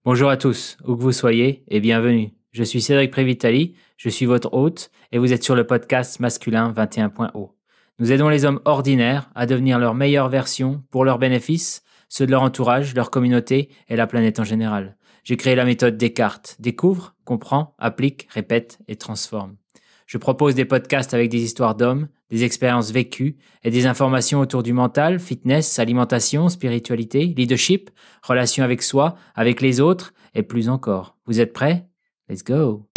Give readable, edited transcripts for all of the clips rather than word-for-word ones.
Bonjour à tous, où que vous soyez, et bienvenue. Je suis Cédric Prévitali, je suis votre hôte, et vous êtes sur le podcast Masculin 21.0. Nous aidons les hommes ordinaires à devenir leur meilleure version pour leurs bénéfices, ceux de leur entourage, leur communauté et la planète en général. J'ai créé la méthode Descartes. Découvre, comprend, applique, répète et transforme. Je propose des podcasts avec des histoires d'hommes, des expériences vécues et des informations autour du mental, fitness, alimentation, spiritualité, leadership, relation avec soi, avec les autres et plus encore. Vous êtes prêts? Let's go!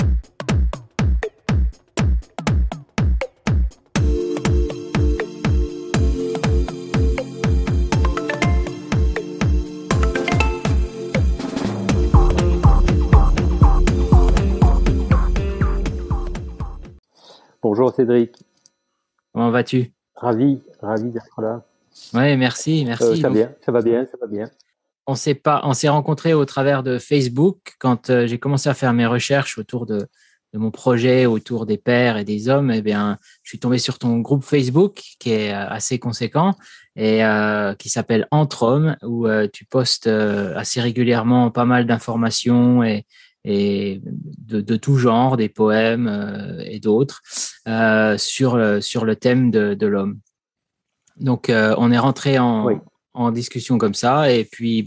Bonjour Cédric, Comment vas-tu? ravi d'être là. Ouais, merci, merci. Donc, Ça va bien, ça va bien. on s'est rencontrés au travers de Facebook quand j'ai commencé à faire mes recherches de mon projet autour des pères et des hommes. Eh bien, je suis tombé sur ton groupe Facebook qui est assez conséquent et qui s'appelle Entre Hommes, où tu postes assez régulièrement pas mal d'informations et de tout genre, des poèmes et d'autres sur le thème de l'homme. Donc, on est rentré Oui, en discussion comme ça, et puis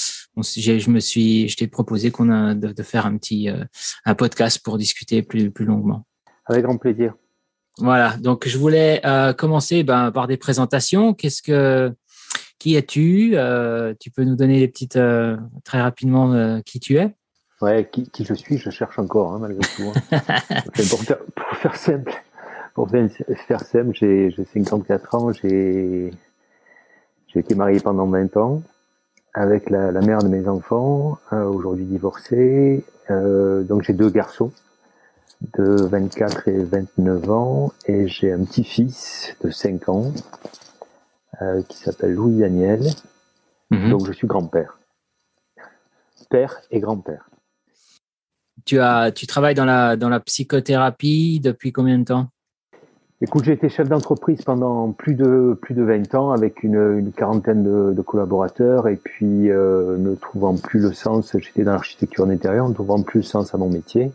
je t'ai proposé de faire un podcast pour discuter plus longuement. avec grand plaisir. Voilà. Donc, je voulais commencer par des présentations. Qui es-tu? Tu peux nous donner les petites très rapidement qui tu es? Ouais, qui je suis, je cherche encore, hein, malgré tout. Hein. Enfin, pour faire simple, faire simple, j'ai 54 ans, j'ai été marié pendant 20 ans avec la mère de mes enfants, aujourd'hui divorcé. Donc j'ai deux garçons de 24 et 29 ans et j'ai un petit-fils de 5 ans qui s'appelle Louis Daniel. Mhm. Donc je suis grand-père. Père et grand-père. Tu travailles dans la psychothérapie depuis combien de temps? Écoute, j'ai été chef d'entreprise pendant plus de 20 ans avec une quarantaine de collaborateurs et puis ne trouvant plus le sens, j'étais dans l'architecture d'intérieur, ne trouvant plus le sens à mon métier,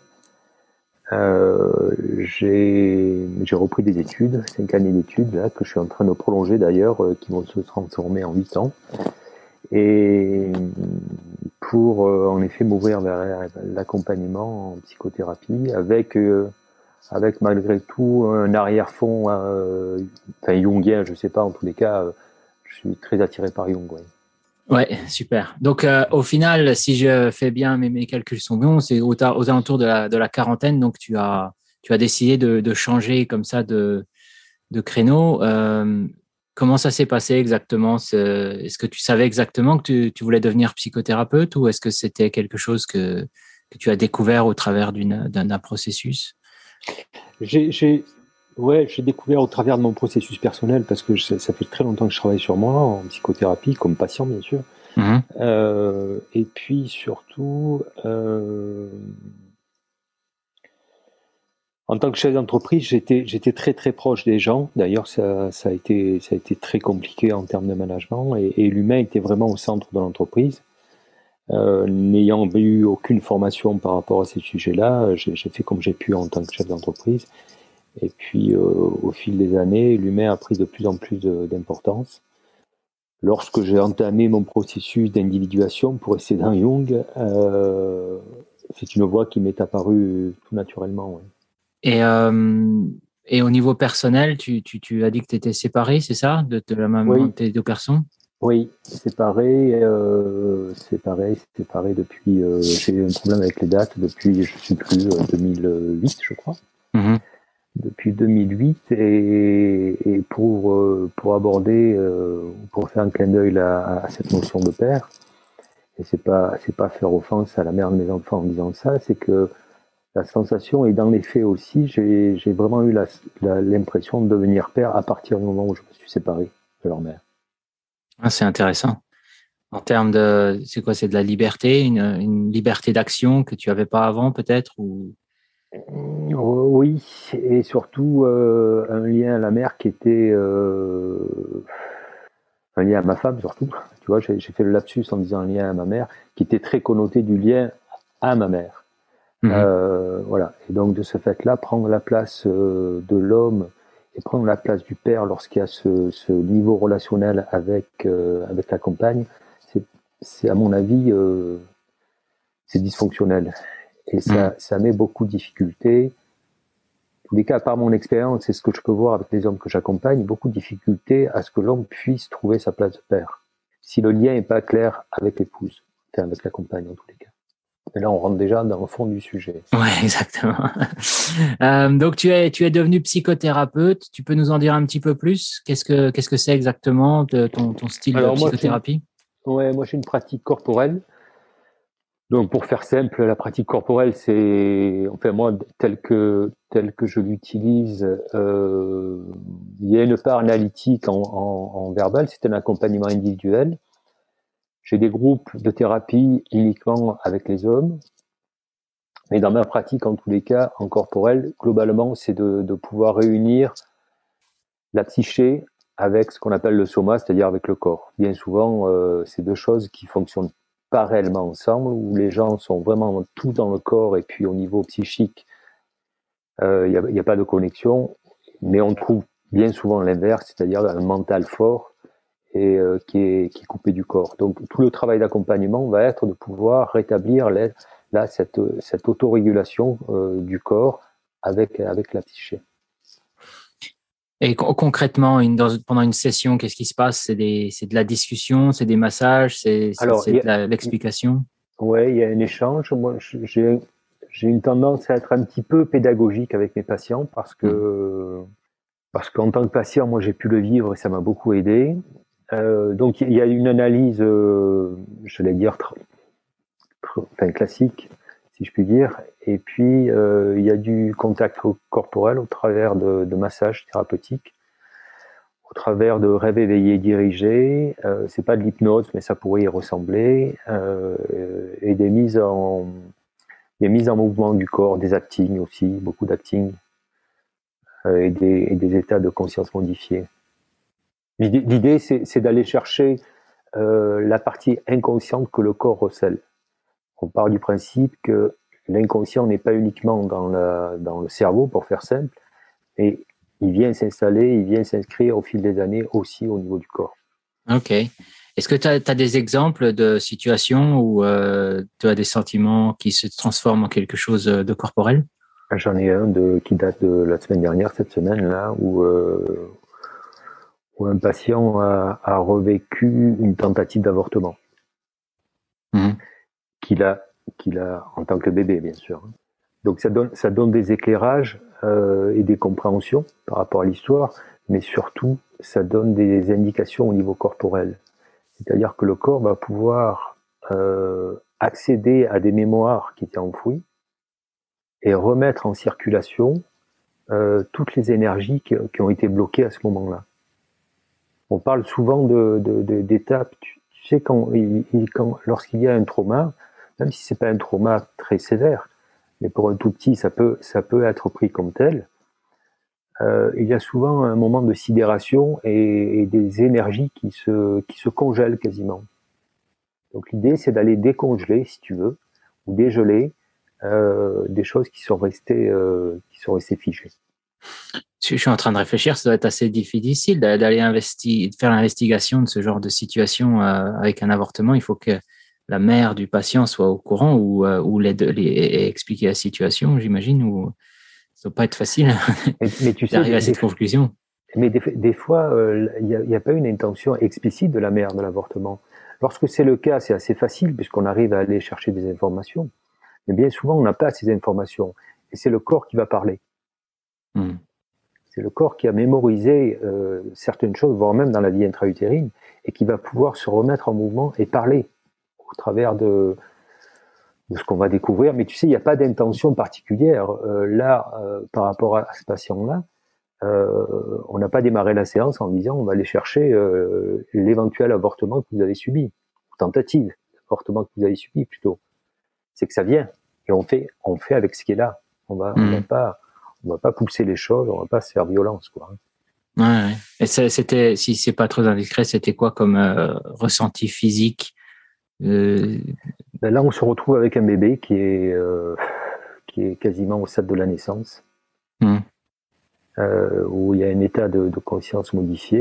j'ai repris des études, 5 années d'études là, que je suis en train de prolonger d'ailleurs, qui vont se transformer en 8 ans. Et pour en effet m'ouvrir vers l'accompagnement en psychothérapie avec malgré tout un arrière-fond enfin jungien, je sais pas, en tous les cas, je suis très attiré par Jung. Ouais. Ouais, super. Donc, au final, si je fais bien, mes calculs sont bons, c'est aux alentours de la quarantaine. Donc, tu as décidé de changer comme ça de créneau. Comment ça s'est passé exactement? Est-ce que tu savais exactement que tu voulais devenir psychothérapeute, ou est-ce que c'était quelque chose que tu as découvert au travers d'un processus? J'ai ouais, j'ai découvert au travers de mon processus personnel parce que ça fait très longtemps que je travaille sur moi en psychothérapie comme patient bien sûr. Mhm. Et puis surtout, en tant que chef d'entreprise, j'étais très très proche des gens. D'ailleurs, ça a été très compliqué en termes de management et l'humain était vraiment au centre de l'entreprise. N'ayant eu aucune formation par rapport à ces sujets-là, j'ai fait comme j'ai pu en tant que chef d'entreprise. Et puis, au fil des années, l'humain a pris de plus en plus d'importance. Lorsque j'ai entamé mon processus d'individuation pour essayer dans Jung, c'est une voie qui m'est apparue tout naturellement. Ouais. Et, euh, et au niveau personnel, tu as dit que tu étais séparé, c'est ça, de la maman de Oui, tes deux garçons? oui, séparé depuis. J'ai eu un problème avec les dates depuis, je sais plus, 2008, je crois. Mhm. Depuis 2008 et pour aborder, pour faire un clin d'œil à cette notion de père, et c'est pas faire offense à la mère de mes enfants en disant ça, c'est que la sensation et dans les faits aussi, j'ai vraiment eu l'impression de devenir père à partir du moment où je me suis séparé de leur mère. Ah, c'est intéressant. En termes c'est quoi, c'est de la liberté, une liberté d'action que tu avais pas avant peut-être, ou... Oui, et surtout un lien à la mer qui était un lien à ma femme surtout. Tu vois, j'ai fait le lapsus en disant un lien à ma mère, qui était très connoté du lien à ma mère. Voilà. Et donc de ce fait-là, prendre la place de l'homme et prendre la place du père lorsqu'il y a ce niveau relationnel avec la compagne, c'est à mon avis, c'est dysfonctionnel. Et ça met beaucoup de difficultés. En tous les cas, par mon expérience, c'est ce que je peux voir avec les hommes que j'accompagne, beaucoup de difficultés à ce que l'homme puisse trouver sa place de père. Si le lien n'est pas clair avec l'épouse, avec la compagne en tous les cas. Et là, on rentre déjà dans le fond du sujet. Ouais, exactement. Donc, tu es devenu psychothérapeute. Tu peux nous en dire un petit peu plus? Qu'est-ce que c'est exactement de ton style de psychothérapie? Moi, j'ai une pratique corporelle. Donc, pour faire simple, la pratique corporelle, c'est, enfin, moi, tel que je l'utilise, il y a une part analytique en verbal. C'est un accompagnement individuel. J'ai des groupes de thérapie uniquement avec les hommes. Mais dans ma pratique, en tous les cas, en corporel, globalement, c'est de pouvoir réunir la psyché avec ce qu'on appelle le soma, c'est-à-dire avec le corps. Bien souvent, c'est deux choses qui fonctionnent pas réellement ensemble, où les gens sont vraiment tout dans le corps et puis au niveau psychique, il n'y a pas de connexion, mais on trouve bien souvent l'inverse, c'est-à-dire un mental fort et qui est coupé du corps. Donc tout le travail d'accompagnement va être de pouvoir rétablir cette autorégulation du corps avec la psyché. Et concrètement, pendant une session, qu'est-ce qui se passe? C'est de la discussion, c'est des massages, c'est de l'explication? Ouais, il y a un échange. Moi, j'ai une tendance à être un petit peu pédagogique avec mes patients parce qu'en tant que patient, moi, j'ai pu le vivre et ça m'a beaucoup aidé. Donc, il y a une analyse, je vais dire, classique, si je puis dire. Et puis, il y a du contact corporel au travers de massages thérapeutiques, au travers de rêves éveillés dirigés. C'est pas de l'hypnose, mais ça pourrait y ressembler. Et des mises en mouvement du corps, des actings aussi, beaucoup d'acting, et des états de conscience modifiés. L'idée, c'est d'aller chercher la partie inconsciente que le corps recèle. On part du principe que l'inconscient n'est pas uniquement dans le cerveau, pour faire simple, et il vient s'installer, il vient s'inscrire au fil des années aussi au niveau du corps. Ok. Est-ce que tu as des exemples de situations où tu as des sentiments qui se transforment en quelque chose de corporel? J'en ai un qui date de la semaine dernière, cette semaine-là, où un patient a revécu une tentative d'avortement. Qu'il a en tant que bébé, bien sûr. Donc ça donne des éclairages et des compréhensions par rapport à l'histoire, mais surtout, ça donne des indications au niveau corporel. C'est-à-dire que le corps va pouvoir accéder à des mémoires qui étaient enfouies et remettre en circulation toutes les énergies qui ont été bloquées à ce moment-là. On parle souvent d'étapes. Tu sais, lorsqu'il y a un trauma, même si c'est pas un trauma très sévère, mais pour un tout petit, ça peut être pris comme tel. Il y a souvent un moment de sidération et des énergies qui se congèlent quasiment. Donc l'idée, c'est d'aller décongeler, si tu veux, ou dégeler des choses qui sont restées figées. Je suis en train de réfléchir, ça doit être assez difficile d'aller faire l'investigation de ce genre de situation avec un avortement. Il faut que la mère du patient soit au courant ou expliquer la situation, j'imagine, ou ça doit pas être facile mais tu sais, d'arriver à cette conclusion. Mais des fois, il n'y a pas une intention explicite de la mère de l'avortement. Lorsque c'est le cas, c'est assez facile puisqu'on arrive à aller chercher des informations. Mais bien souvent, on n'a pas ces informations. Et c'est le corps qui va parler. C'est le corps qui a mémorisé certaines choses, voire même dans la vie intra-utérine, et qui va pouvoir se remettre en mouvement et parler au travers de ce qu'on va découvrir. Mais tu sais, il n'y a pas d'intention particulière. Par rapport à ce patient-là, on n'a pas démarré la séance en disant on va aller chercher l'éventuel avortement que vous avez subi, ou tentative d'avortement que vous avez subi plutôt. C'est que ça vient, et on fait avec ce qui est là. On va pas pousser les choses, on va pas se faire violence, quoi. Ouais, ouais. Et c'était, si c'est pas trop indiscret, c'était quoi comme ressenti physique? Ben là, on se retrouve avec un bébé qui est quasiment au stade de la naissance, Hmm. où il y a un état de conscience modifié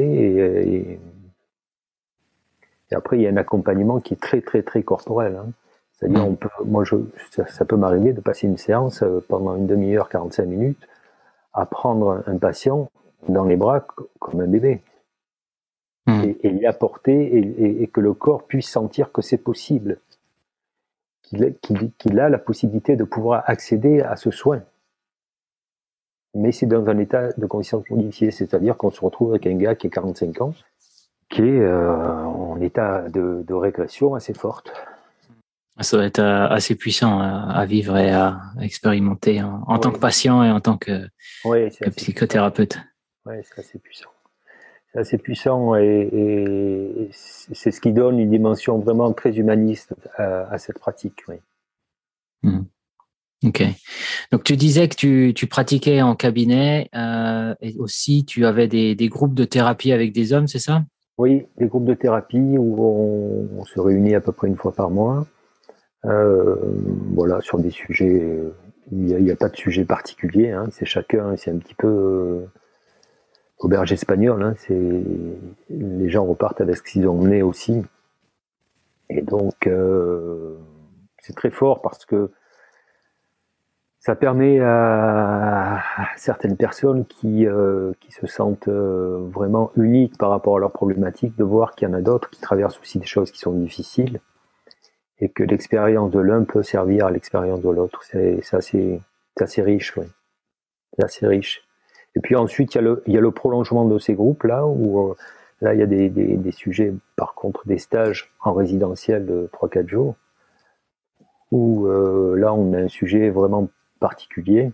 et après il y a un accompagnement qui est très très très corporel. Hein. C'est-à-dire, Hmm. ça peut m'arriver de passer une séance pendant une demi-heure, 45 minutes, à prendre un patient dans les bras comme un bébé Hmm. et l'y apporter et que le corps puisse sentir que c'est possible, qu'il a la possibilité de pouvoir accéder à ce soin. Mais c'est dans un état de conscience modifié, c'est-à-dire qu'on se retrouve avec un gars qui a 45 ans, qui est en état de régression assez forte. Ça doit être assez puissant à vivre et à expérimenter en tant que Oui, patient et en tant que, oui, c'est que assez puissant. psychothérapeute. Oui, c'est assez puissant. C'est assez puissant et c'est ce qui donne une dimension vraiment très humaniste à cette pratique. Oui. Hmm. Ok. Donc tu disais que tu pratiquais en cabinet et aussi tu avais des groupes de thérapie avec des hommes, c'est ça? Oui, des groupes de thérapie où on se réunit à peu près une fois par mois. Euh, voilà, sur des sujets. Il n'y a pas de sujet particulier. Hein, c'est chacun, c'est un petit peu auberge espagnole. Hein, les gens repartent avec ce qu'ils ont mené aussi. Et donc, c'est très fort parce que ça permet à certaines personnes qui se sentent vraiment uniques par rapport à leurs problématiques de voir qu'il y en a d'autres qui traversent aussi des choses qui sont difficiles et que l'expérience de l'un peut servir à l'expérience de l'autre. C'est assez riche, oui. C'est assez riche. Et puis ensuite, il y a le prolongement de ces groupes-là, où là, il y a des sujets, par contre, des stages en résidentiel de 3-4 jours, où là, on a un sujet vraiment particulier.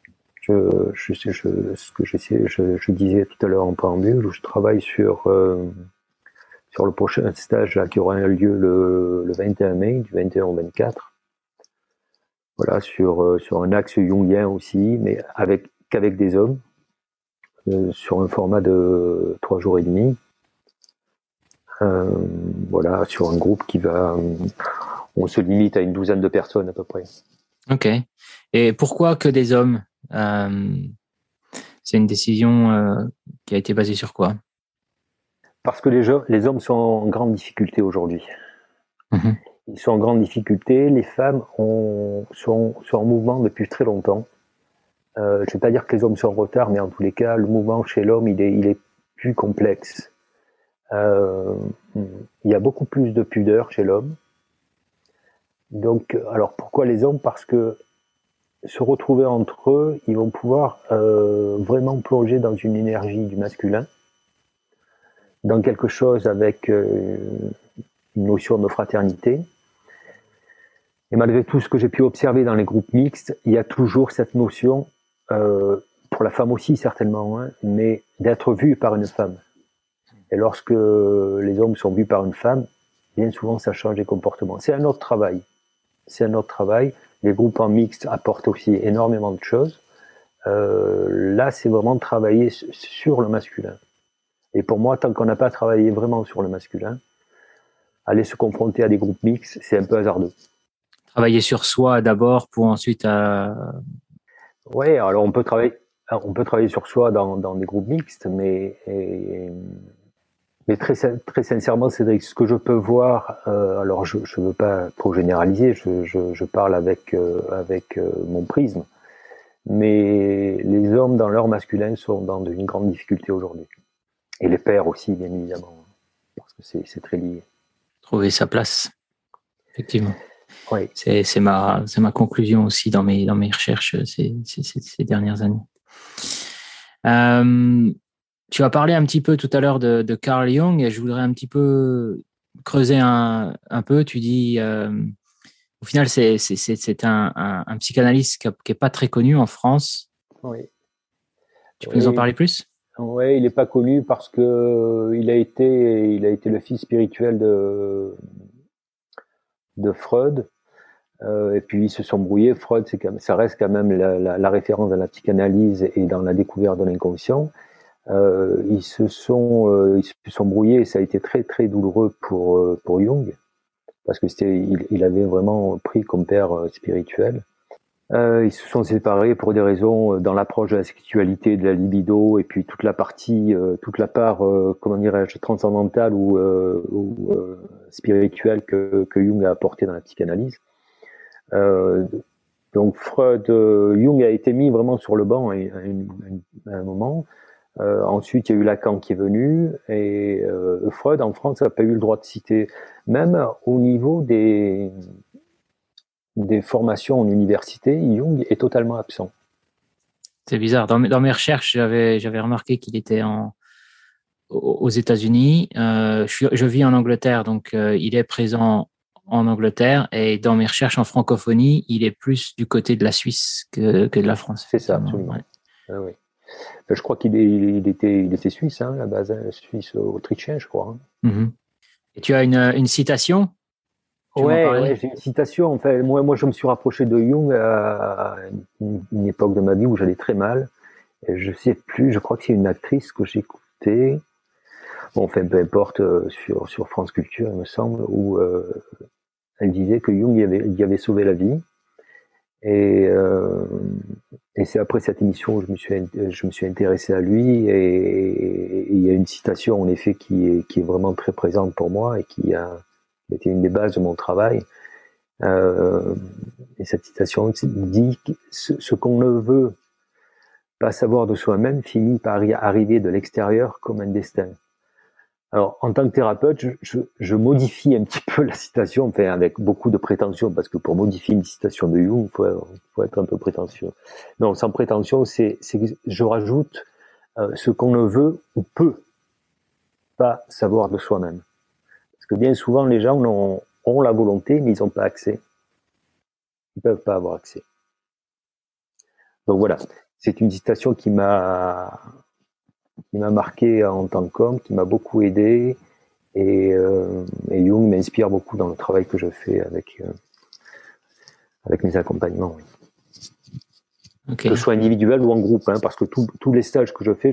Ce que je disais tout à l'heure en préambule, où je travaille sur le prochain stage là, qui aura lieu le 21 mai, du 21 au 24. Voilà, sur un axe jungien aussi, mais qu'avec des hommes, sur un format de 3 jours et demi. Euh, voilà, sur un groupe on se limite à une douzaine de personnes à peu près. Ok. Et pourquoi que des hommes? Euh, c'est une décision qui a été basée sur quoi? Parce que les hommes sont en grande difficulté aujourd'hui. Mhm. Ils sont en grande difficulté. Les femmes sont en mouvement depuis très longtemps. Je ne vais pas dire que les hommes sont en retard, mais en tous les cas, le mouvement chez l'homme, il est plus complexe. Euh, il y a beaucoup plus de pudeur chez l'homme. Donc, alors pourquoi les hommes? Parce que se retrouver entre eux, ils vont pouvoir vraiment plonger dans une énergie du masculin, dans quelque chose avec une notion de fraternité. Et malgré tout ce que j'ai pu observer dans les groupes mixtes, il y a toujours cette notion, pour la femme aussi certainement, hein, mais d'être vu par une femme. Et lorsque les hommes sont vus par une femme, bien souvent ça change les comportements. C'est un autre travail. C'est un autre travail. Les groupes en mixte apportent aussi énormément de choses. Là, c'est vraiment de travailler sur le masculin. Et pour moi, tant qu'on n'a pas travaillé vraiment sur le masculin, aller se confronter à des groupes mixtes, c'est un peu hasardeux. Travailler sur soi d'abord pour ensuite. Ouais, alors on peut travailler sur soi dans des groupes mixtes, mais très sincèrement, Cédric, ce que je peux voir, alors je ne veux pas trop généraliser, je parle avec mon prisme, mais les hommes dans leur masculin sont dans une grande difficulté aujourd'hui. Et les pères aussi, bien évidemment, parce que c'est très lié. Trouver sa place, effectivement. Oui. C'est ma conclusion aussi dans mes recherches ces dernières années. Euh, Tu as parlé un petit peu tout à l'heure de Carl Jung et je voudrais un petit peu creuser un peu. Tu dis, au final, c'est un psychanalyste qui est pas très connu en France. Oui. Tu peux nous en Oui. parler plus? Ouais, il n'est pas connu parce que il a été le fils spirituel de Freud. Et puis ils se sont brouillés. Freud, ça reste quand même la référence dans la psychanalyse et dans la découverte de l'inconscient. ils se sont brouillés et ça a été très très douloureux pour Jung parce que il avait vraiment pris comme père spirituel. Ils se sont séparés pour des raisons dans l'approche de la sexualité, de la libido, et puis toute la part, comment dirais-je, transcendantale ou spirituelle que Jung a apporté dans la psychanalyse. Donc Jung a été mis vraiment sur le banc à un moment. Ensuite, il y a eu Lacan qui est venu, et Freud en France n'a pas eu le droit de citer, même au niveau des formations en université, Jung est totalement absent. C'est bizarre. Dans mes recherches, j'avais remarqué qu'il était aux États-Unis. Je vis en Angleterre, donc il est présent en Angleterre. Et dans mes recherches en francophonie, il est plus du côté de la Suisse que de la France. C'est ça, absolument. Ouais. Ah, oui. Je crois qu'il était suisse, hein, à la base, suisse-autrichien, je crois. Mm-hmm. Et tu as une citation? Ouais, j'ai une citation. Enfin, moi, je me suis rapproché de Jung à une époque de ma vie où j'allais très mal. Et je sais plus, je crois que c'est une actrice que j'écoutais. Bon, enfin, peu importe, sur France Culture, il me semble, où elle disait que Jung y avait sauvé la vie. Et c'est après cette émission où je me suis intéressé à lui. Et il y a une citation, en effet, qui est vraiment très présente pour moi et qui a été une des bases de mon travail. Et cette citation dit ce qu'on ne veut pas savoir de soi-même finit par arriver de l'extérieur comme un destin. Alors, en tant que thérapeute, je modifie un petit peu la citation, enfin, avec beaucoup de prétention, parce que pour modifier une citation de Jung, faut être un peu prétentieux. Non, sans prétention, c'est que je rajoute ce qu'on ne veut ou peut pas savoir de soi-même. Parce que bien souvent, les gens ont la volonté, mais ils n'ont pas accès. Ils peuvent pas avoir accès. Donc voilà, c'est une citation qui m'a marqué en tant qu'homme, qui m'a beaucoup aidé, et Jung m'inspire beaucoup dans le travail que je fais avec mes accompagnements. Oui. Okay. Que ce soit individuel ou en groupe, hein, parce que tous les stages que je fais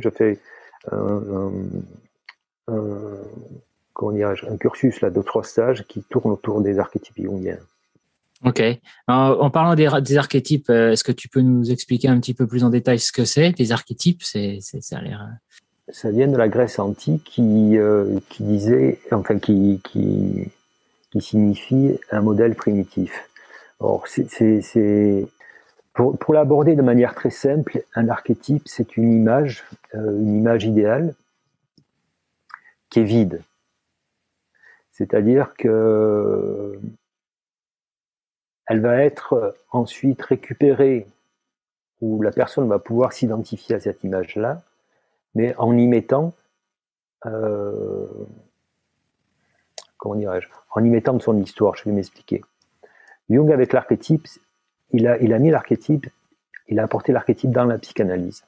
comment dirais-je, un cursus là, de 3 stages qui tourne autour des archétypes jungiens. Ok. En parlant des archétypes, est-ce que tu peux nous expliquer un petit peu plus en détail ce que c'est, les archétypes? Ça a l'air. Ça vient de la Grèce antique qui disait, enfin qui signifie un modèle primitif. Or, pour l'aborder de manière très simple, un archétype, c'est une image idéale qui est vide. C'est-à-dire que elle va être ensuite récupérée, où la personne va pouvoir s'identifier à cette image-là, mais en y mettant, comment dirais-je, en y mettant de son histoire. Je vais m'expliquer. Jung, avec l'archétype, il a mis l'archétype, il a apporté l'archétype dans la psychanalyse.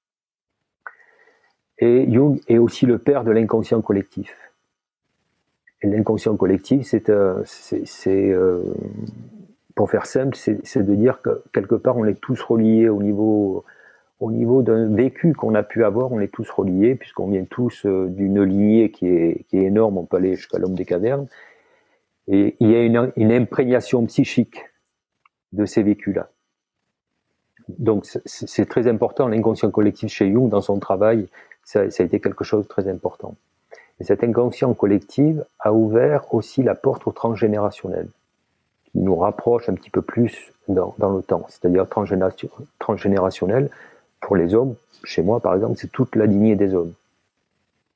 Et Jung est aussi le père de l'inconscient collectif. Et l'inconscient collectif, pour faire simple, c'est de dire que quelque part, on est tous reliés au niveau d'un vécu qu'on a pu avoir, on est tous reliés, puisqu'on vient tous d'une lignée qui est énorme, on peut aller jusqu'à l'homme des cavernes. Et il y a une imprégnation psychique de ces vécus-là. Donc c'est très important, l'inconscient collectif chez Jung, dans son travail, ça a été quelque chose de très important. Et cet inconscient collectif a ouvert aussi la porte au transgénérationnel, qui nous rapproche un petit peu plus dans le temps. C'est-à-dire transgénérationnel, pour les hommes, chez moi par exemple, c'est toute la lignée des hommes. D'accord ?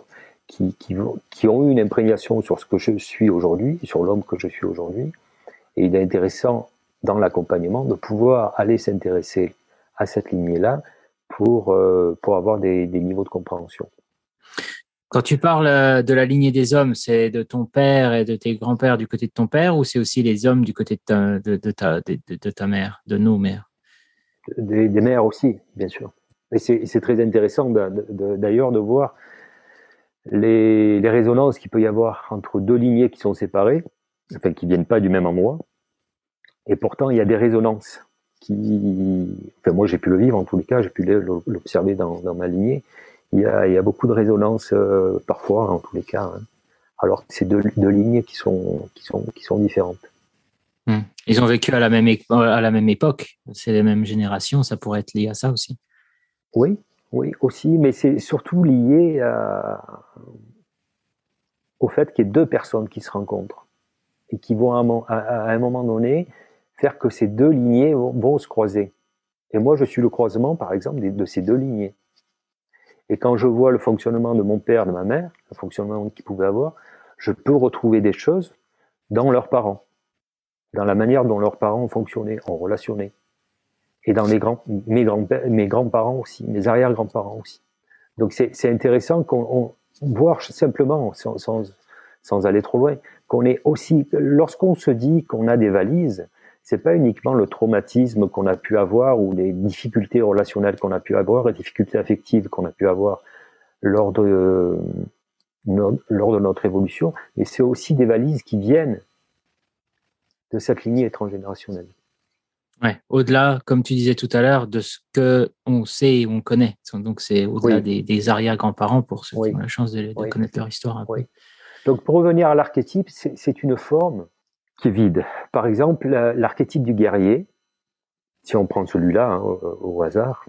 Qui ont eu une imprégnation sur ce que je suis aujourd'hui, sur l'homme que je suis aujourd'hui. Et il est intéressant, dans l'accompagnement, de pouvoir aller s'intéresser à cette lignée-là pour avoir des niveaux de compréhension. Quand tu parles de la lignée des hommes, c'est de ton père et de tes grands-pères du côté de ton père, ou c'est aussi les hommes du côté de ta mère, de nos mères? Des mères aussi, bien sûr. Et c'est très intéressant d'ailleurs de voir les résonances qu'il peut y avoir entre deux lignées qui sont séparées, enfin qui viennent pas du même endroit, et pourtant il y a des résonances enfin moi j'ai pu le vivre en tous les cas, j'ai pu l'observer dans ma lignée. Il y a beaucoup de résonance parfois en tous les cas, hein, alors que c'est deux lignées qui sont différentes. Ils ont vécu à la même époque, c'est les mêmes générations, ça pourrait être lié à ça aussi. Oui, aussi, mais c'est surtout lié au fait qu'il y ait deux personnes qui se rencontrent et qui vont à un moment donné faire que ces deux lignées vont se croiser. Et moi, je suis le croisement, par exemple, de ces deux lignées. Et quand je vois le fonctionnement de mon père, de ma mère, le fonctionnement qu'ils pouvaient avoir, je peux retrouver des choses dans leurs parents, dans la manière dont leurs parents ont fonctionné, ont relationné. Et dans mes grands-parents aussi, mes arrière-grands-parents aussi. Donc c'est intéressant qu'on voit simplement, sans aller trop loin, qu'on est aussi, lorsqu'on se dit qu'on a des valises, c'est pas uniquement le traumatisme qu'on a pu avoir ou les difficultés relationnelles qu'on a pu avoir, les difficultés affectives qu'on a pu avoir lors de notre évolution, mais c'est aussi des valises qui viennent de cette lignée transgénérationnelle. Ouais, au-delà, comme tu disais tout à l'heure, de ce qu'on sait et on connaît. Donc, c'est au-delà des arrière-grands-parents pour ceux qui ont la chance de connaître leur histoire un peu. Donc, pour revenir à l'archétype, c'est une forme qui est vide. Par exemple, l'archétype du guerrier, si on prend celui-là hein, au hasard,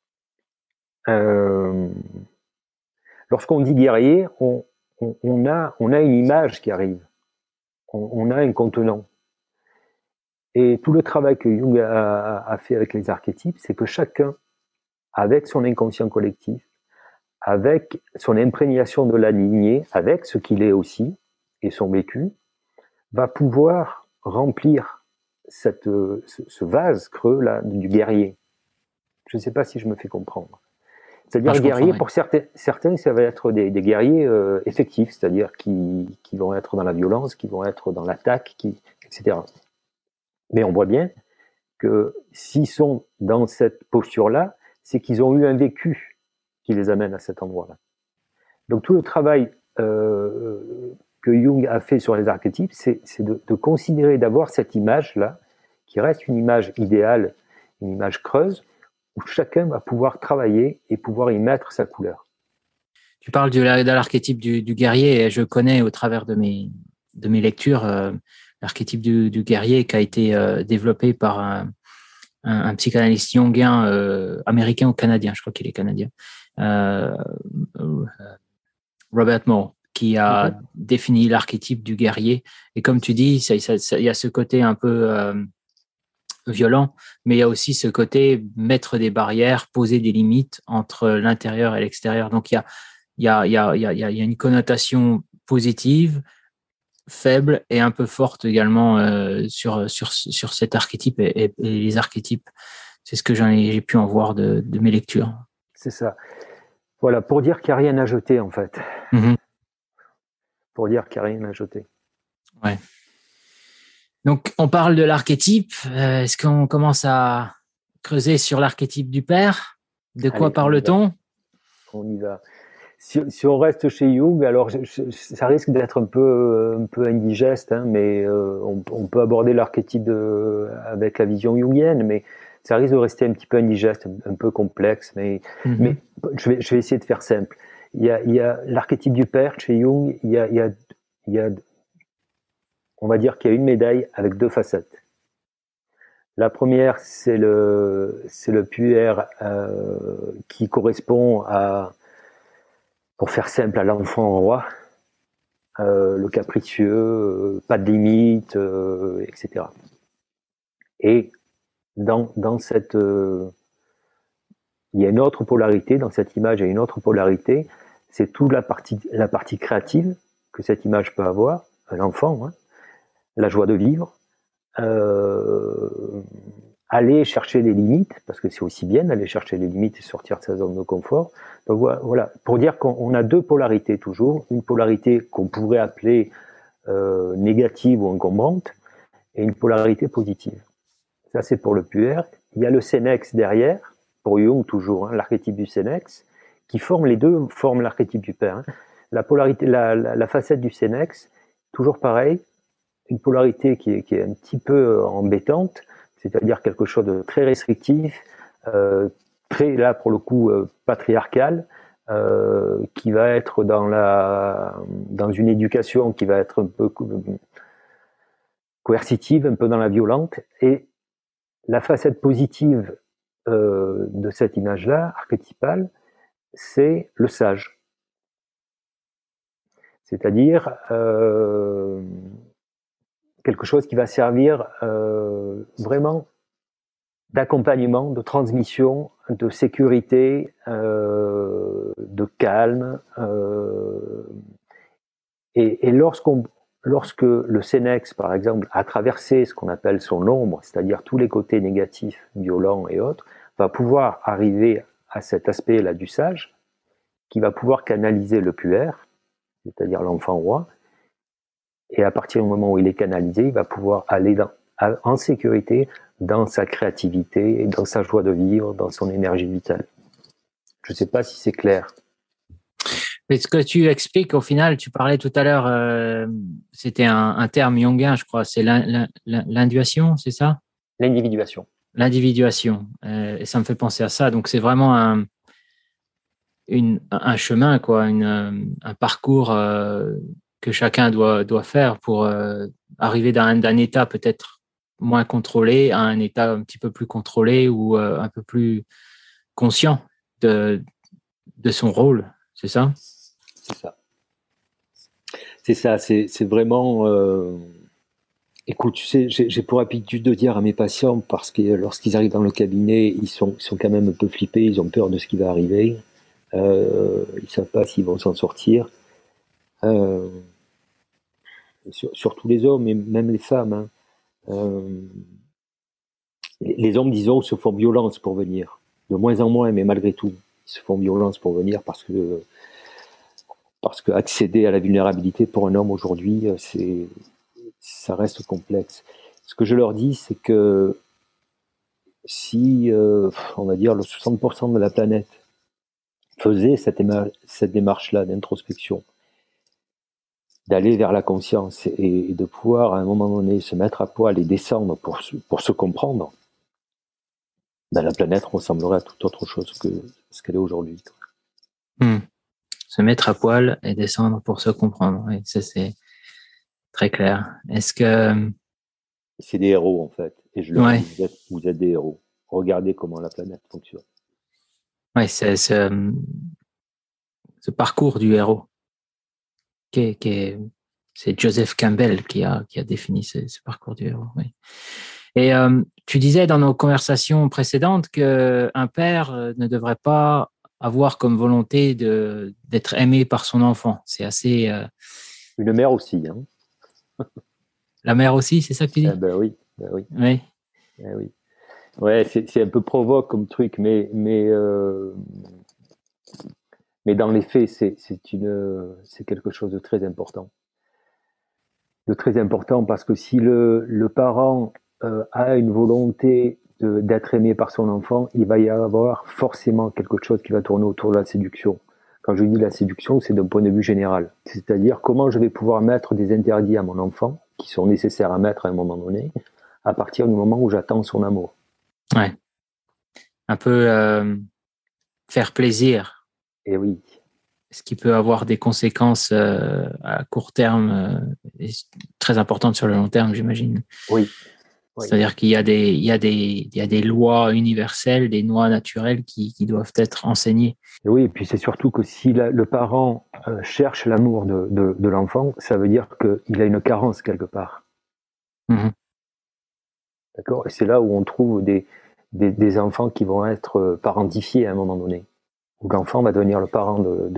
lorsqu'on dit guerrier, on a une image qui arrive. On a un contenant. Et tout le travail que Jung a fait avec les archétypes, c'est que chacun, avec son inconscient collectif, avec son imprégnation de la lignée, avec ce qu'il est aussi, et son vécu, va pouvoir remplir ce vase creux là du guerrier. Je ne sais pas si je me fais comprendre. C'est-à-dire guerrier, pour certains, ça va être des guerriers effectifs, c'est-à-dire qui vont être dans la violence, qui vont être dans l'attaque, etc. Mais on voit bien que s'ils sont dans cette posture-là, c'est qu'ils ont eu un vécu qui les amène à cet endroit-là. Donc tout le travail que Jung a fait sur les archétypes, c'est de considérer, d'avoir cette image-là, qui reste une image idéale, une image creuse, où chacun va pouvoir travailler et pouvoir y mettre sa couleur. Tu parles de l'archétype du guerrier, et je connais au travers de mes lectures l'archétype du guerrier qui a été développé par un psychanalyste jungien américain ou canadien, je crois qu'il est canadien, Robert Moore, qui a défini l'archétype du guerrier. Et comme tu dis, il y a ce côté un peu violent, mais il y a aussi ce côté mettre des barrières, poser des limites entre l'intérieur et l'extérieur. Donc il y a une connotation positive, faible et un peu forte également sur cet archétype et les archétypes. C'est ce que j'ai pu en voir de mes lectures. C'est ça. Voilà, pour dire qu'il n'y a rien à jeter en fait. Pour dire qu'il n'y a rien à jeter. Ouais. Donc, on parle de l'archétype. Est-ce qu'on commence à creuser sur l'archétype du père? De quoi parle-t-on? On y va. Si on reste chez Jung, alors ça risque d'être un peu indigeste, hein, mais on peut aborder l'archétype avec la vision jungienne, mais ça risque de rester un petit peu indigeste, un peu complexe. Mais je vais essayer de faire simple. Il y a l'archétype du père chez Jung. Il y a on va dire qu'il y a une médaille avec deux facettes. La première, c'est le puère qui correspond à, pour faire simple, à l'enfant roi, le capricieux, pas de limite, etc. Et dans cette, il y a une autre polarité dans cette image, il y a une autre polarité, c'est toute la partie créative que cette image peut avoir, l'enfant, hein, la joie de vivre, aller chercher les limites, parce que c'est aussi bien d'aller chercher les limites et sortir de sa zone de confort. Donc voilà, pour dire qu'on a deux polarités toujours, une polarité qu'on pourrait appeler négative ou encombrante, et une polarité positive. Ça c'est pour le puère. Il y a le sénex derrière, pour Jung toujours, hein, l'archétype du sénex, qui forme les deux, forment l'archétype du père. Hein. La polarité, la facette du sénex, toujours pareil, une polarité qui est un petit peu embêtante, c'est-à-dire quelque chose de très restrictif, très, là pour le coup, patriarcal, qui va être dans une éducation qui va être un peu coercitive, un peu dans la violente, et la facette positive de cette image-là, archétypale, c'est le sage. C'est-à-dire quelque chose qui va servir vraiment d'accompagnement, de transmission, de sécurité, de calme. Et lorsque le Sénex, par exemple, a traversé ce qu'on appelle son ombre, c'est-à-dire tous les côtés négatifs, violents et autres, va pouvoir arriver à cet aspect-là du sage, qui va pouvoir canaliser le puer, c'est-à-dire l'enfant roi, et à partir du moment où il est canalisé, il va pouvoir aller en sécurité dans sa créativité, dans sa joie de vivre, dans son énergie vitale. Je ne sais pas si c'est clair. Mais ce que tu expliques, au final, tu parlais tout à l'heure, c'était un terme jungien, je crois, c'est l'individuation, c'est ça? L'individuation. L'individuation. Et ça me fait penser à ça. Donc, c'est vraiment un chemin, quoi, un parcours que chacun doit faire pour arriver d'un état peut-être moins contrôlé à un état un petit peu plus contrôlé ou un peu plus conscient de son rôle, c'est ça? C'est ça. C'est ça, c'est vraiment... Écoute, tu sais, j'ai pour habitude de dire à mes patients, parce que lorsqu'ils arrivent dans le cabinet, ils sont quand même un peu flippés, ils ont peur de ce qui va arriver, ils savent pas s'ils vont s'en sortir. Surtout les hommes, et même les femmes. Les hommes, disons, se font violence pour venir. De moins en moins, mais malgré tout, ils se font violence pour venir parce que accéder à la vulnérabilité pour un homme aujourd'hui, ça reste complexe. Ce que je leur dis, c'est que si, on va dire, le 60% de la planète faisait cette démarche-là d'introspection, d'aller vers la conscience et de pouvoir, à un moment donné, se mettre à poil et descendre pour se comprendre, ben, la planète ressemblerait à toute autre chose que ce qu'elle est aujourd'hui. Se mettre à poil et descendre pour se comprendre. Oui, ça, c'est très clair. Est-ce que... C'est des héros, en fait. Et je leur dis, vous êtes des héros. Regardez comment la planète fonctionne. Oui, c'est ce parcours du héros. C'est Joseph Campbell qui a défini ce parcours du héros. Oui. Et tu disais dans nos conversations précédentes qu'un père ne devrait pas avoir comme volonté d'être aimé par son enfant. C'est assez... Une mère aussi. Hein. La mère aussi, c'est ça que tu dis? Ben oui. Oui. Oui. Ouais, c'est un peu provoque comme truc, mais dans les faits, c'est quelque chose de très important. De très important parce que si le parent a une volonté d'être aimé par son enfant, il va y avoir forcément quelque chose qui va tourner autour de la séduction. Quand je dis la séduction, c'est d'un point de vue général. C'est-à-dire comment je vais pouvoir mettre des interdits à mon enfant, qui sont nécessaires à mettre à un moment donné, à partir du moment où j'attends son amour. Ouais. Un peu faire plaisir. Et oui. Ce qui peut avoir des conséquences à court terme et très importantes sur le long terme, j'imagine. Oui. C'est-à-dire qu'il y a des lois universelles, des lois naturelles qui doivent être enseignées. Et oui, et puis c'est surtout que si le parent cherche l'amour de l'enfant, ça veut dire qu'il a une carence quelque part. Mm-hmm. D'accord ? Et c'est là où on trouve des enfants qui vont être parentifiés à un moment donné, où l'enfant va devenir le parent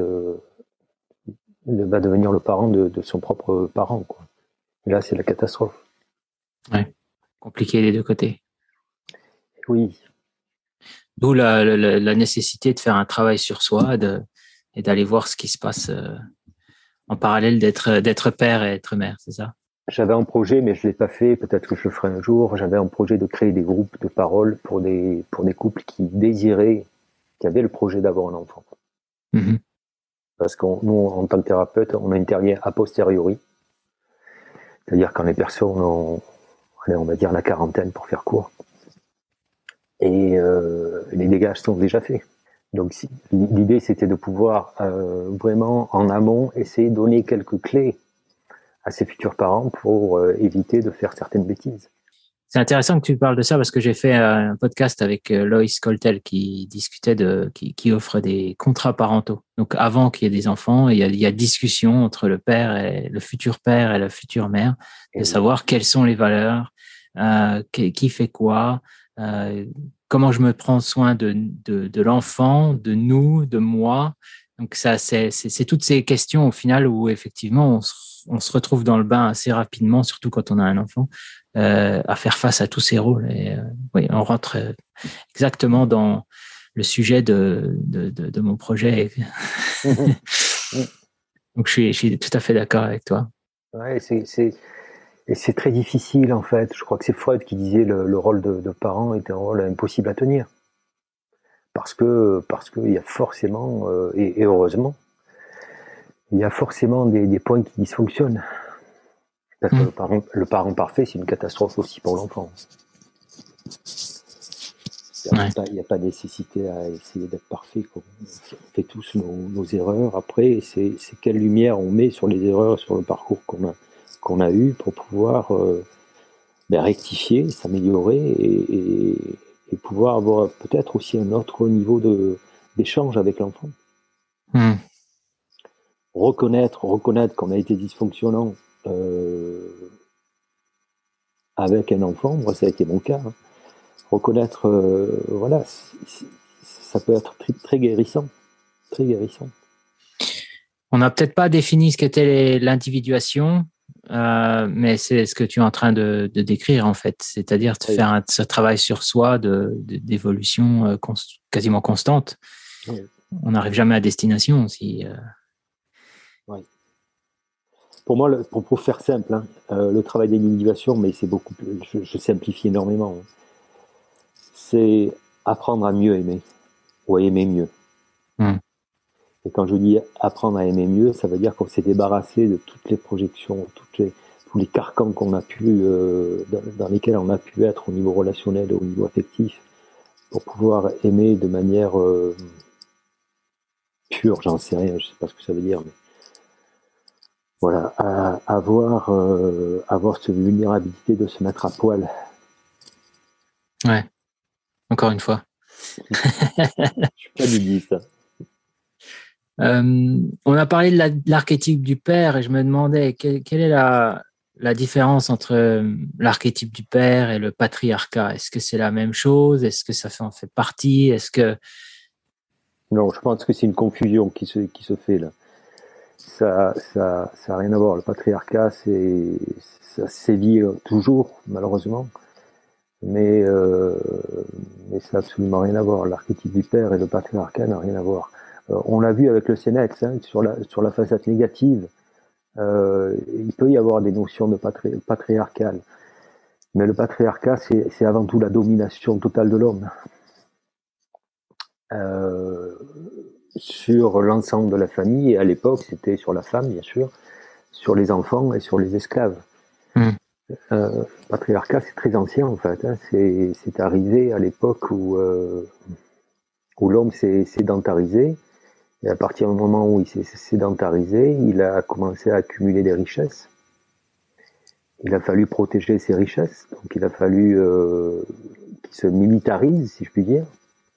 de son propre parent, quoi. Et là, c'est la catastrophe. Ouais. Compliqué des deux côtés. Oui. D'où la nécessité de faire un travail sur soi et d'aller voir ce qui se passe en parallèle d'être père et être mère, c'est ça? J'avais un projet, mais je l'ai pas fait. Peut-être que je le ferai un jour. J'avais un projet de créer des groupes de parole pour des couples qui avaient le projet d'avoir un enfant. Mm-hmm. Parce que nous, en tant que thérapeute, on intervient a posteriori. C'est-à-dire quand les personnes ont, allez, on va dire la quarantaine pour faire court. et les dégâts sont déjà faits. Donc l'idée c'était de pouvoir vraiment en amont essayer de donner quelques clés à ses futurs parents pour éviter de faire certaines bêtises. C'est intéressant que tu parles de ça parce que j'ai fait un podcast avec Loïs Coltel qui discutait qui offre des contrats parentaux. Donc avant qu'il y ait des enfants, il y a discussion entre le père et le futur père et la future mère de savoir quelles sont les valeurs, qui fait quoi, comment je me prends soin de l'enfant, de nous, de moi. Donc ça, c'est toutes ces questions au final où effectivement on se retrouve dans le bain assez rapidement, surtout quand on a un enfant, à faire face à tous ces rôles. Et oui, on rentre exactement dans le sujet de mon projet. Donc je suis tout à fait d'accord avec toi. Ouais, c'est très difficile en fait. Je crois que c'est Freud qui disait le rôle de parent est un rôle impossible à tenir. Parce qu'il y a forcément, et heureusement, il y a forcément des points qui dysfonctionnent. Parce que le parent parfait, c'est une catastrophe aussi pour l'enfant. Il n'y a pas nécessité à essayer d'être parfait. On fait tous nos erreurs. Après, c'est quelle lumière on met sur les erreurs, sur le parcours qu'on a eu pour pouvoir rectifier, s'améliorer et pouvoir avoir peut-être aussi un autre niveau d'échange avec l'enfant. Reconnaître qu'on a été dysfonctionnant avec un enfant, moi ça a été mon cas. Reconnaître, voilà, ça peut être très, très guérissant, très guérissant. On n'a peut-être pas défini ce qu'était l'individuation, mais c'est ce que tu es en train de décrire en fait, c'est-à-dire de faire ce travail sur soi d'évolution quasiment constante. Oui. On n'arrive jamais à destination si. Oui. Pour moi, pour faire simple, le travail d'individuation, mais c'est beaucoup plus, je simplifie énormément. C'est apprendre à mieux aimer ou à aimer mieux. Et quand je dis apprendre à aimer mieux, ça veut dire qu'on s'est débarrassé de toutes les projections, tous les carcans qu'on a pu, dans lesquels on a pu être au niveau relationnel, au niveau affectif, pour pouvoir aimer de manière pure, j'en sais rien, je sais pas ce que ça veut dire, mais voilà, avoir cette vulnérabilité de se mettre à poil. Ouais, encore une fois. Je suis pas nudiste. On a parlé de l'archétype du père et je me demandais quelle est la différence entre l'archétype du père et le patriarcat. Est-ce que c'est la même chose? Est-ce que ça en fait partie? Est-ce que... Non, je pense que c'est une confusion qui se fait là. Ça a rien à voir. Le patriarcat, ça sévit toujours, malheureusement. Mais ça n'a absolument rien à voir. L'archétype du père et le patriarcat n'a rien à voir. On l'a vu avec le Sénex, sur la facette négative, il peut y avoir des notions de patriarcal. Mais le patriarcat, c'est avant tout la domination totale de l'homme sur l'ensemble de la famille. Et à l'époque, c'était sur la femme, bien sûr, sur les enfants et sur les esclaves. Le patriarcat, c'est très ancien, en fait. C'est arrivé à l'époque où l'homme s'est sédentarisé. Et à partir du moment où il s'est sédentarisé, il a commencé à accumuler des richesses. Il a fallu protéger ces richesses, donc il a fallu qu'il se militarise, si je puis dire.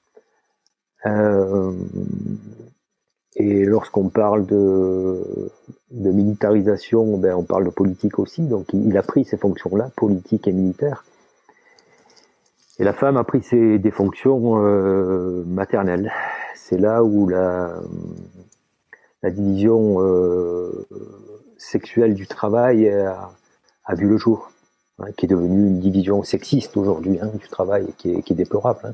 Et lorsqu'on parle de militarisation, on parle de politique aussi, donc il a pris ces fonctions-là, politique et militaire. Et la femme a pris des fonctions maternelles. C'est là où la division sexuelle du travail a vu le jour, qui est devenue une division sexiste aujourd'hui du travail, qui est déplorable.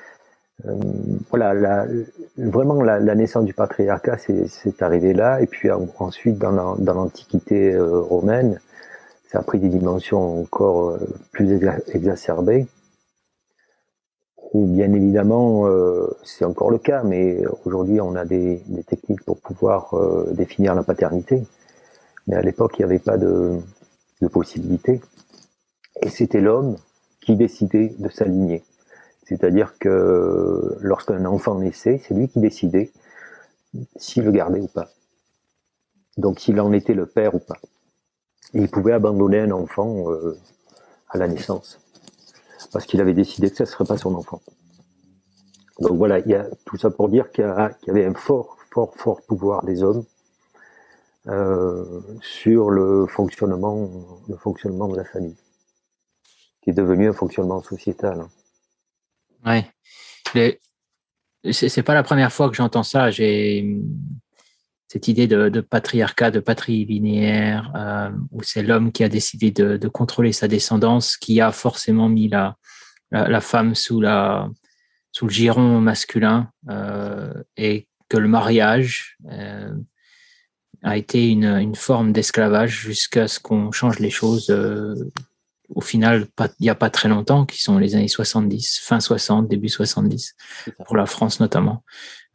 Voilà, vraiment la naissance du patriarcat, c'est arrivé là, et puis ensuite dans l'Antiquité romaine, ça a pris des dimensions encore plus exacerbées. Où bien évidemment, c'est encore le cas, mais aujourd'hui on a des techniques pour pouvoir définir la paternité. Mais à l'époque, il n'y avait pas de possibilité. Et c'était l'homme qui décidait de s'aligner. C'est-à-dire que lorsqu'un enfant naissait, c'est lui qui décidait s'il le gardait ou pas. Donc s'il en était le père ou pas. Et il pouvait abandonner un enfant à la naissance. Parce qu'il avait décidé que ça ne serait pas son enfant. Donc voilà, il y a tout ça pour dire qu'il y avait un fort pouvoir des hommes sur le fonctionnement de la famille, qui est devenu un fonctionnement sociétal. Ouais. C'est pas la première fois que j'entends ça. J'ai cette idée de patriarcat, de patrie linéaire, où c'est l'homme qui a décidé de contrôler sa descendance, qui a forcément mis la femme sous le giron masculin, et que le mariage a été une forme d'esclavage jusqu'à ce qu'on change les choses. Au final, il n'y a pas très longtemps, qui sont les années 70, fin 60, début 70, pour la France notamment.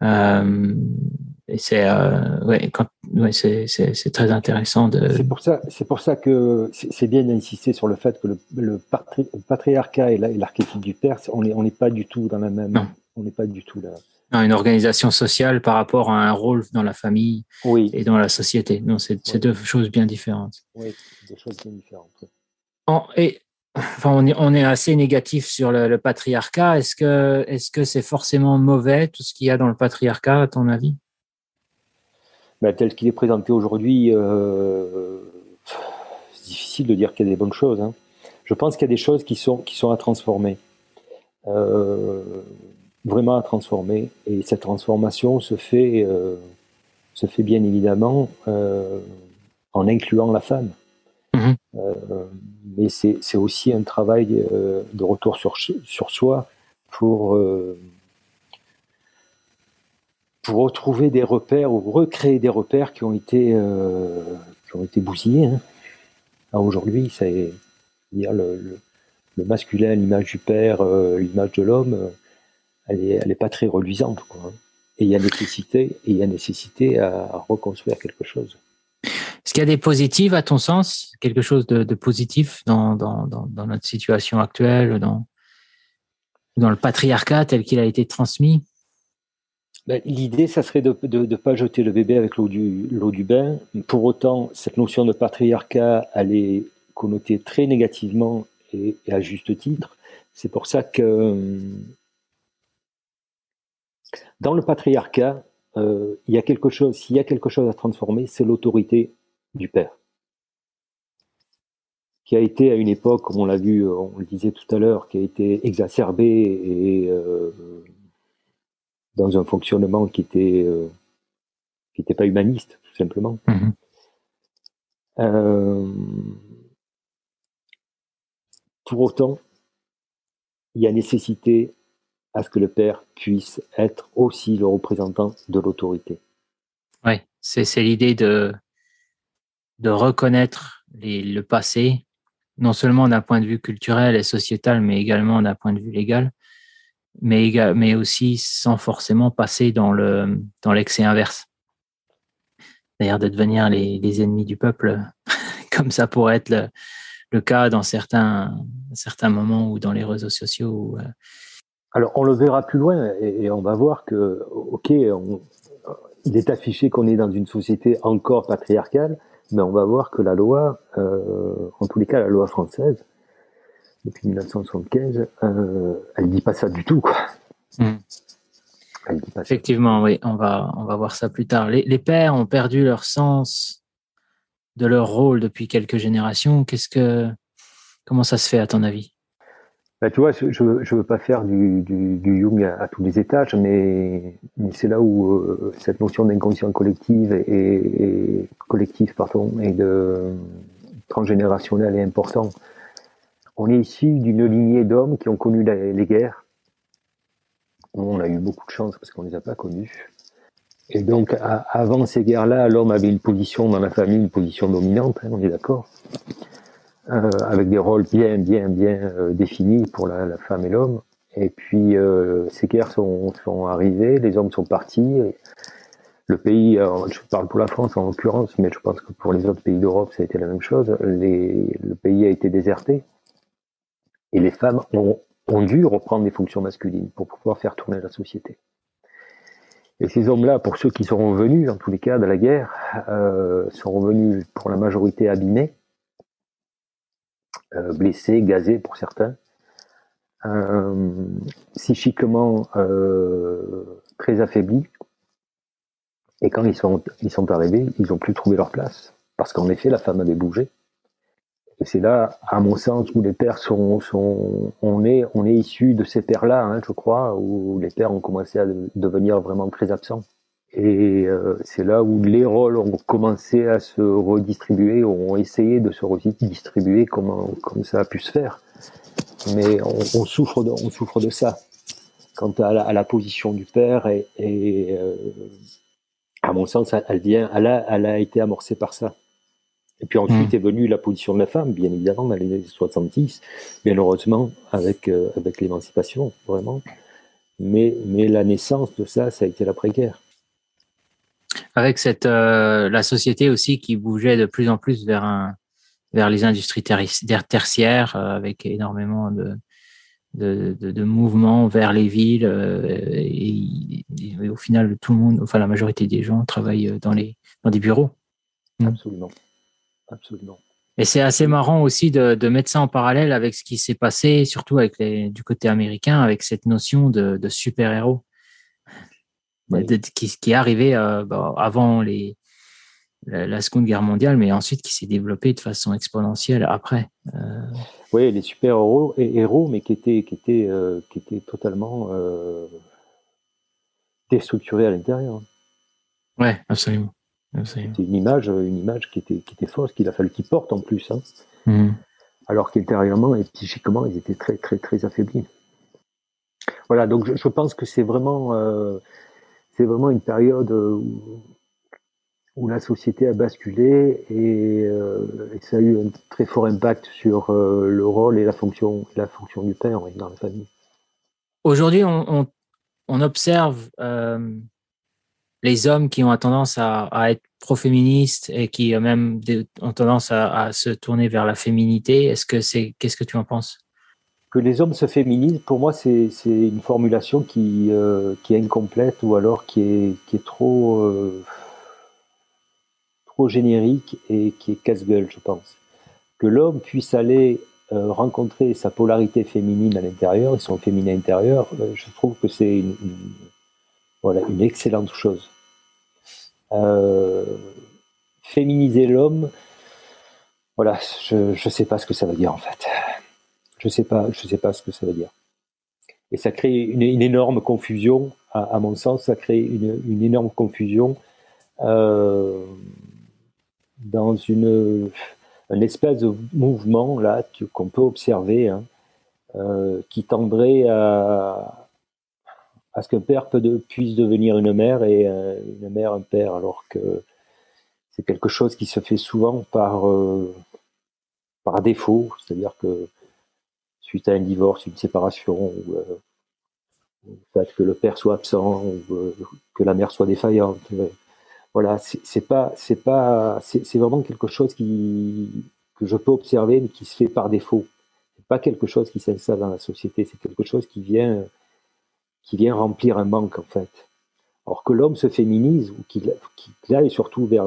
Et c'est c'est très intéressant de. C'est pour ça que c'est bien d'insister sur le fait que le patriarcat et l'archétype du père, on n'est pas du tout dans la même. Non. On n'est pas du tout là. Non, une organisation sociale par rapport à un rôle dans la famille oui. et dans la société. Non, c'est deux choses bien différentes. Oui, deux choses bien différentes. On est assez négatif sur le patriarcat. Est-ce que c'est forcément mauvais, tout ce qu'il y a dans le patriarcat, à ton avis? Tel qu'il est présenté aujourd'hui, c'est difficile de dire qu'il y a des bonnes choses. Hein. Je pense qu'il y a des choses qui sont à transformer. Vraiment à transformer. Et cette transformation se fait bien évidemment en incluant la femme. Mmh. Mais c'est aussi un travail de retour sur soi pour retrouver des repères ou recréer des repères qui ont été bousillés. Hein. Aujourd'hui, c'est dire le masculin, l'image du père, l'image de l'homme, elle est pas très reluisante, quoi. Hein. Et il y a nécessité à reconstruire quelque chose. Est-ce qu'il y a des positives, à ton sens, quelque chose de positif dans notre situation actuelle, dans le patriarcat tel qu'il a été transmis? L'idée, ça serait de ne pas jeter le bébé avec l'eau du bain. Pour autant, cette notion de patriarcat, elle est connotée très négativement et à juste titre. C'est pour ça que dans le patriarcat, s'il y a quelque chose à transformer, c'est l'autorité du père, qui a été à une époque, comme on l'a vu, on le disait tout à l'heure, qui a été exacerbée et dans un fonctionnement qui était pas humaniste, tout simplement. Mmh. Pour autant, il y a nécessité à ce que le père puisse être aussi le représentant de l'autorité. Oui, c'est l'idée de reconnaître le passé, non seulement d'un point de vue culturel et sociétal, mais également d'un point de vue légal, mais aussi sans forcément passer dans l'excès inverse. C'est-à-dire de devenir les ennemis du peuple, comme ça pourrait être le cas dans certains moments ou dans les réseaux sociaux. Alors, on le verra plus loin et on va voir que, ok, il est affiché qu'on est dans une société encore patriarcale, mais on va voir que la loi, en tous les cas la loi française, depuis 1975, elle dit pas ça du tout, quoi. Elle dit pas Effectivement, ça. Oui, on va voir ça plus tard. Les pères ont perdu leur sens de leur rôle depuis quelques générations. Comment ça se fait à ton avis? Tu vois, je veux pas faire du Jung à tous les étages, mais c'est là où cette notion d'inconscient collectif et de transgénérationnel est important. On est issu d'une lignée d'hommes qui ont connu les guerres. On a eu beaucoup de chance parce qu'on les a pas connues. Et donc, avant ces guerres-là, l'homme avait une position dans la famille, une position dominante, hein, on est d'accord, avec des rôles bien définis pour la femme et l'homme. Et puis, ces guerres sont arrivées, les hommes sont partis. Le pays, je parle pour la France en l'occurrence, mais je pense que pour les autres pays d'Europe, ça a été la même chose. Le pays a été déserté. Et les femmes ont ont dû reprendre des fonctions masculines pour pouvoir faire tourner la société. Et ces hommes-là, pour ceux qui sont revenus, en tous les cas, de la guerre, sont revenus pour la majorité abîmés, blessés, gazés pour certains, psychiquement très affaiblis. Et quand ils sont arrivés, ils n'ont plus trouvé leur place. Parce qu'en effet, la femme avait bougé. Et c'est là, à mon sens, où les pères on est issus de ces pères-là, hein, je crois, où les pères ont commencé à devenir vraiment très absents. Et c'est là où les rôles ont commencé à se redistribuer, ont essayé de se redistribuer comme ça a pu se faire. Mais on souffre de ça. Quant à la position du père, à mon sens, elle a été amorcée par ça. Et puis ensuite est venue la position de la femme, bien évidemment, dans les années 70, bien heureusement, avec l'émancipation, vraiment. Mais la naissance de ça a été l'après-guerre. Avec la société aussi qui bougeait de plus en plus vers les industries tertiaires, avec énormément de mouvements vers les villes, et au final, tout le monde, enfin la majorité des gens travaillent dans des bureaux. Absolument. Absolument. Et c'est assez marrant aussi de mettre ça en parallèle avec ce qui s'est passé, surtout du côté américain, avec cette notion de super-héros, oui. qui est arrivé avant la Seconde Guerre mondiale, mais ensuite qui s'est développé de façon exponentielle après. Oui, les super-héros, mais qui étaient totalement déstructurés à l'intérieur. Oui, absolument. C'était une image qui était fausse, qu'il a fallu qu'ils portent en plus. Hein. Alors qu'intérieurement et psychiquement, ils étaient très, très, très affaiblis. Voilà, donc je pense que c'est vraiment une période où la société a basculé et ça a eu un très fort impact sur le rôle et la fonction du père dans la famille. Aujourd'hui, on observe les hommes qui ont tendance à être pro-féministes et qui même ont tendance à se tourner vers la féminité. Qu'est-ce que tu en penses? Que les hommes se féminisent, pour moi, c'est une formulation qui est incomplète ou alors qui est trop générique et qui est casse-gueule, je pense. Que l'homme puisse aller rencontrer sa polarité féminine à l'intérieur et son féminin intérieur, je trouve que c'est une excellente chose. Féminiser l'homme, voilà, je sais pas ce que ça veut dire en fait. Je sais pas ce que ça veut dire. Et ça crée une énorme confusion, à mon sens, ça crée une énorme confusion dans un espèce de mouvement là qu'on peut observer, hein, qui tendrait à ce qu'un père puisse devenir une mère et une mère un père, alors que c'est quelque chose qui se fait souvent par défaut, c'est-à-dire que suite à un divorce, une séparation, ou le fait que le père soit absent, ou que la mère soit défaillante. Voilà, c'est vraiment quelque chose que je peux observer, mais qui se fait par défaut. C'est pas quelque chose qui s'installe dans la société, c'est quelque chose qui vient remplir un manque en fait. Alors que l'homme se féminise, ou qu'il aille surtout vers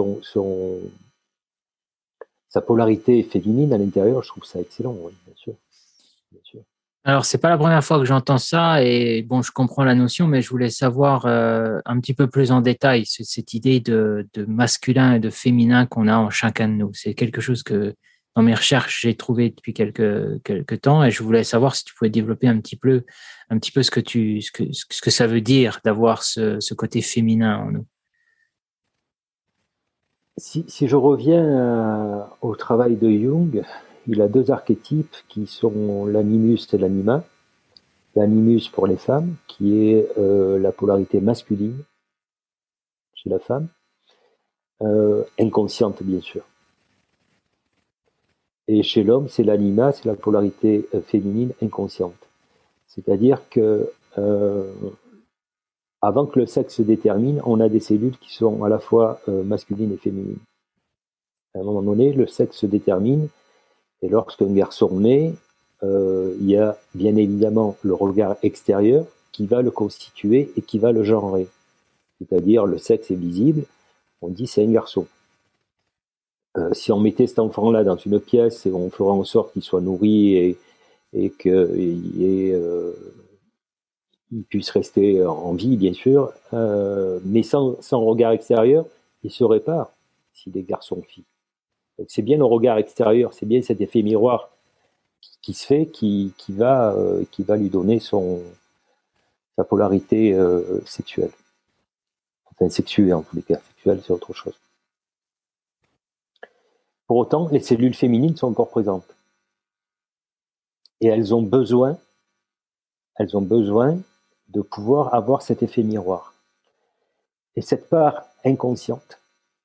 sa polarité féminine à l'intérieur, je trouve ça excellent, oui, bien sûr. Alors, c'est pas la première fois que j'entends ça et bon, je comprends la notion, mais je voulais savoir un petit peu plus en détail cette idée de masculin et de féminin qu'on a en chacun de nous. C'est quelque chose que dans mes recherches j'ai trouvé depuis quelques temps et je voulais savoir si tu pouvais développer un petit peu ce que ça veut dire d'avoir ce côté féminin en nous. Si je reviens au travail de Jung, il a deux archétypes qui sont l'animus et l'anima. L'animus pour les femmes, qui est la polarité masculine chez la femme, inconsciente bien sûr. Et chez l'homme, c'est l'anima, c'est la polarité féminine inconsciente. C'est-à-dire que avant que le sexe se détermine, on a des cellules qui sont à la fois masculines et féminines. À un moment donné, le sexe se détermine, et lorsqu'un garçon naît, il y a bien évidemment le regard extérieur qui va le constituer et qui va le genrer. C'est-à-dire le sexe est visible, on dit c'est un garçon. Si on mettait cet enfant-là dans une pièce et on ferait en sorte qu'il soit nourri et qu'il puisse rester en vie, bien sûr, mais sans regard extérieur, il ne saurait pas s'il est garçon ou fille. Donc c'est bien le regard extérieur, c'est bien cet effet miroir qui se fait, qui va lui donner sa polarité sexuelle. Enfin, sexuelle en tous les cas. Sexuelle, c'est autre chose. Pour autant, les cellules féminines sont encore présentes. Et elles ont besoin de pouvoir avoir cet effet miroir. Et cette part inconsciente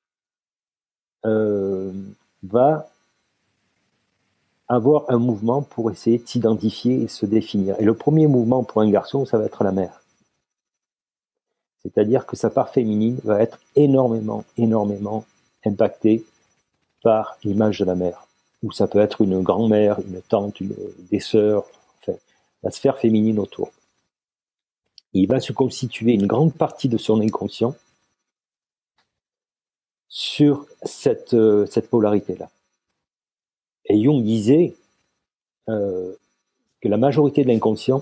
va avoir un mouvement pour essayer de s'identifier et se définir. Et le premier mouvement pour un garçon, ça va être la mère. C'est-à-dire que sa part féminine va être énormément impactée par l'image de la mère. Ou ça peut être une grand-mère, une tante, des sœurs, enfin, la sphère féminine autour. Il va se constituer une grande partie de son inconscient sur cette polarité-là. Et Jung disait que la majorité de l'inconscient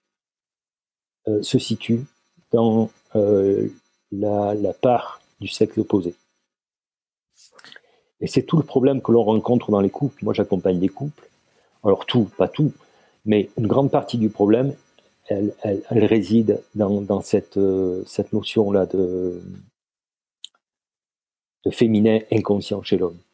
se situe dans la part du sexe opposé. Et c'est tout le problème que l'on rencontre dans les couples. Moi, j'accompagne des couples. Alors pas tout, mais une grande partie du problème, elle réside dans cette notion-là de féminin inconscient chez l'homme.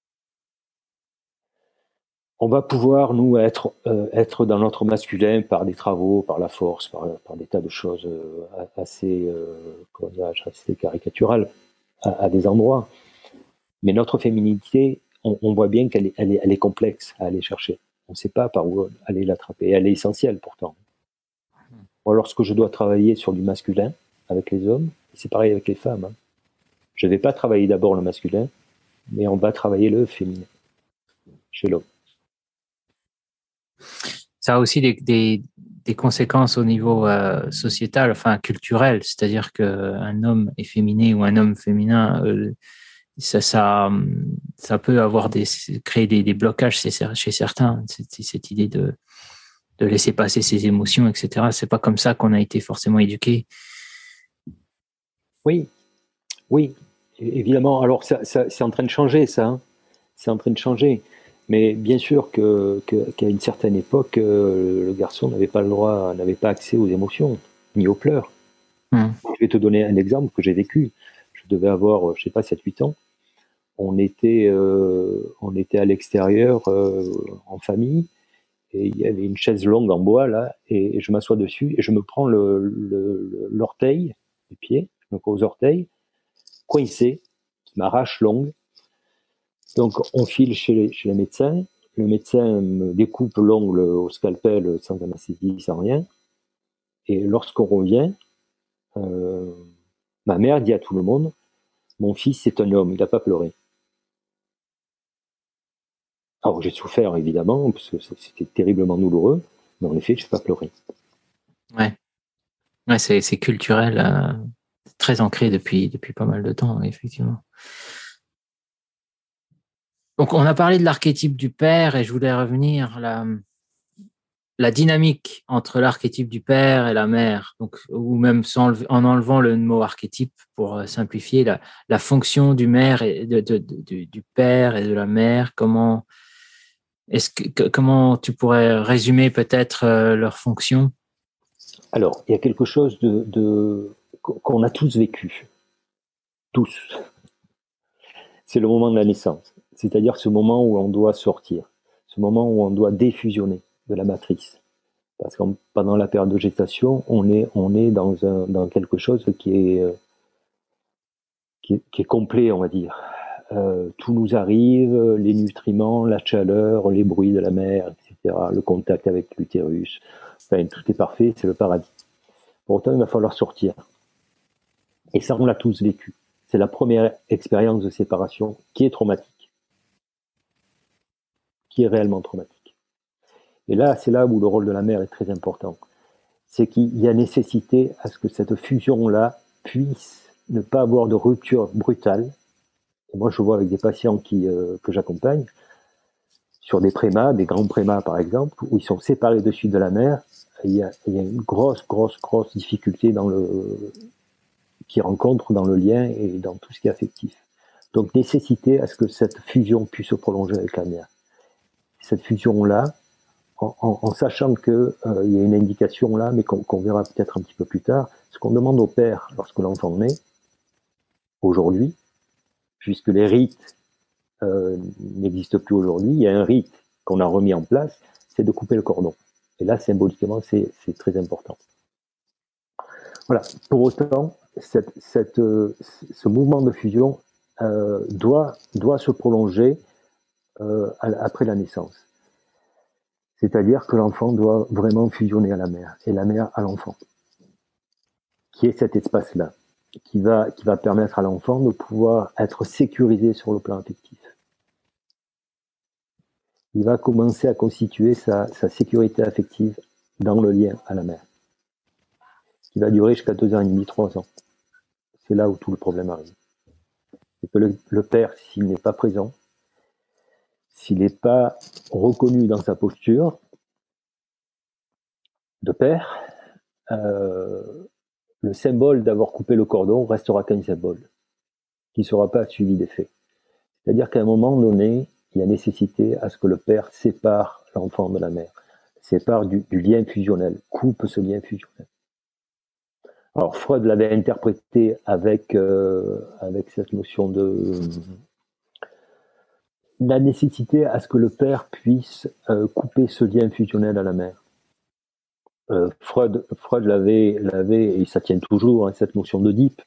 On va pouvoir, nous, être dans notre masculin par des travaux, par la force, par des tas de choses assez caricaturales à des endroits. Mais notre féminité, on voit bien qu'elle est complexe à aller chercher. On ne sait pas par où aller l'attraper. Elle est essentielle pourtant. Moi, lorsque je dois travailler sur du masculin avec les hommes, c'est pareil avec les femmes. Hein. Je ne vais pas travailler d'abord le masculin, mais on va travailler le féminin chez l'homme. Ça a aussi des conséquences au niveau sociétal, enfin culturel, c'est-à-dire qu'un homme efféminé ou un homme féminin, ça peut créer des blocages chez certains, cette idée de laisser passer ses émotions, etc. C'est pas comme ça qu'on a été forcément éduqué. Oui, évidemment. Alors c'est en train de changer, ça. Hein. C'est en train de changer. Mais bien sûr qu'à une certaine époque, le garçon n'avait pas accès aux émotions, ni aux pleurs. Je vais te donner un exemple que j'ai vécu. Je devais avoir, 7-8 ans. On était à l'extérieur en famille, et il y avait une chaise longue en bois là, et je m'assois dessus et je me prends l'orteil du pied, je me pose aux orteils, coincé, qui m'arrache l'ongle. Donc on file chez le médecin. Le médecin me découpe l'ongle au scalpel sans anesthésie, sans rien. Et lorsqu'on revient, ma mère dit à tout le monde, mon fils c'est un homme, il n'a pas pleuré. Alors j'ai souffert évidemment, parce que c'était terriblement douloureux, mais en effet, je n'ai pas pleuré. Ouais, c'est culturel, très ancré depuis pas mal de temps, effectivement. Donc, on a parlé de l'archétype du père et je voulais revenir la dynamique entre l'archétype du père et la mère, donc, ou même en enlevant le mot archétype pour simplifier la fonction du mère et du père et de la mère. Comment tu pourrais résumer peut-être leur fonction? Alors, il y a quelque chose qu'on a tous vécu. Tous. C'est le moment de la naissance. C'est-à-dire ce moment où on doit sortir. Ce moment où on doit défusionner de la matrice. Parce que pendant la période de gestation, on est dans quelque chose qui est complet, on va dire. Tout nous arrive, les nutriments, la chaleur, les bruits de la mer, etc., le contact avec l'utérus. Enfin, tout est parfait, c'est le paradis. Pour autant, il va falloir sortir. Et ça, on l'a tous vécu. C'est la première expérience de séparation qui est traumatique. Qui est réellement traumatique. Et là, c'est là où le rôle de la mère est très important. C'est qu'il y a nécessité à ce que cette fusion-là puisse ne pas avoir de rupture brutale. Et moi, je vois avec des patients que j'accompagne, sur des prémas, des grands prémas par exemple, où ils sont séparés de suite de la mère, il y a une grosse difficulté qu'ils rencontrent dans le lien et dans tout ce qui est affectif. Donc nécessité à ce que cette fusion puisse se prolonger avec la mère. Cette fusion-là, en sachant qu'il y a une indication là, mais qu'on verra peut-être un petit peu plus tard, ce qu'on demande au père lorsque l'enfant naît, aujourd'hui, puisque les rites n'existent plus aujourd'hui, il y a un rite qu'on a remis en place, c'est de couper le cordon. Et là, symboliquement, c'est très important. Voilà. Pour autant, ce mouvement de fusion doit se prolonger après la naissance. C'est-à-dire que l'enfant doit vraiment fusionner à la mère et la mère à l'enfant, qui est cet espace-là, qui va permettre à l'enfant de pouvoir être sécurisé sur le plan affectif. Il va commencer à constituer sa sécurité affective dans le lien à la mère, qui va durer jusqu'à 2 ans et demi, 3 ans. C'est là où tout le problème arrive. C'est que le père, s'il n'est pas présent, s'il n'est pas reconnu dans sa posture de père, le symbole d'avoir coupé le cordon restera qu'un symbole, qui ne sera pas suivi d'effet. C'est-à-dire qu'à un moment donné, il y a nécessité à ce que le père sépare l'enfant de la mère, sépare du lien fusionnel, coupe ce lien fusionnel. Alors Freud l'avait interprété avec cette notion de la nécessité à ce que le père puisse couper ce lien fusionnel à la mère. Freud l'avait, et ça tient toujours, hein, cette notion d'Oedipe,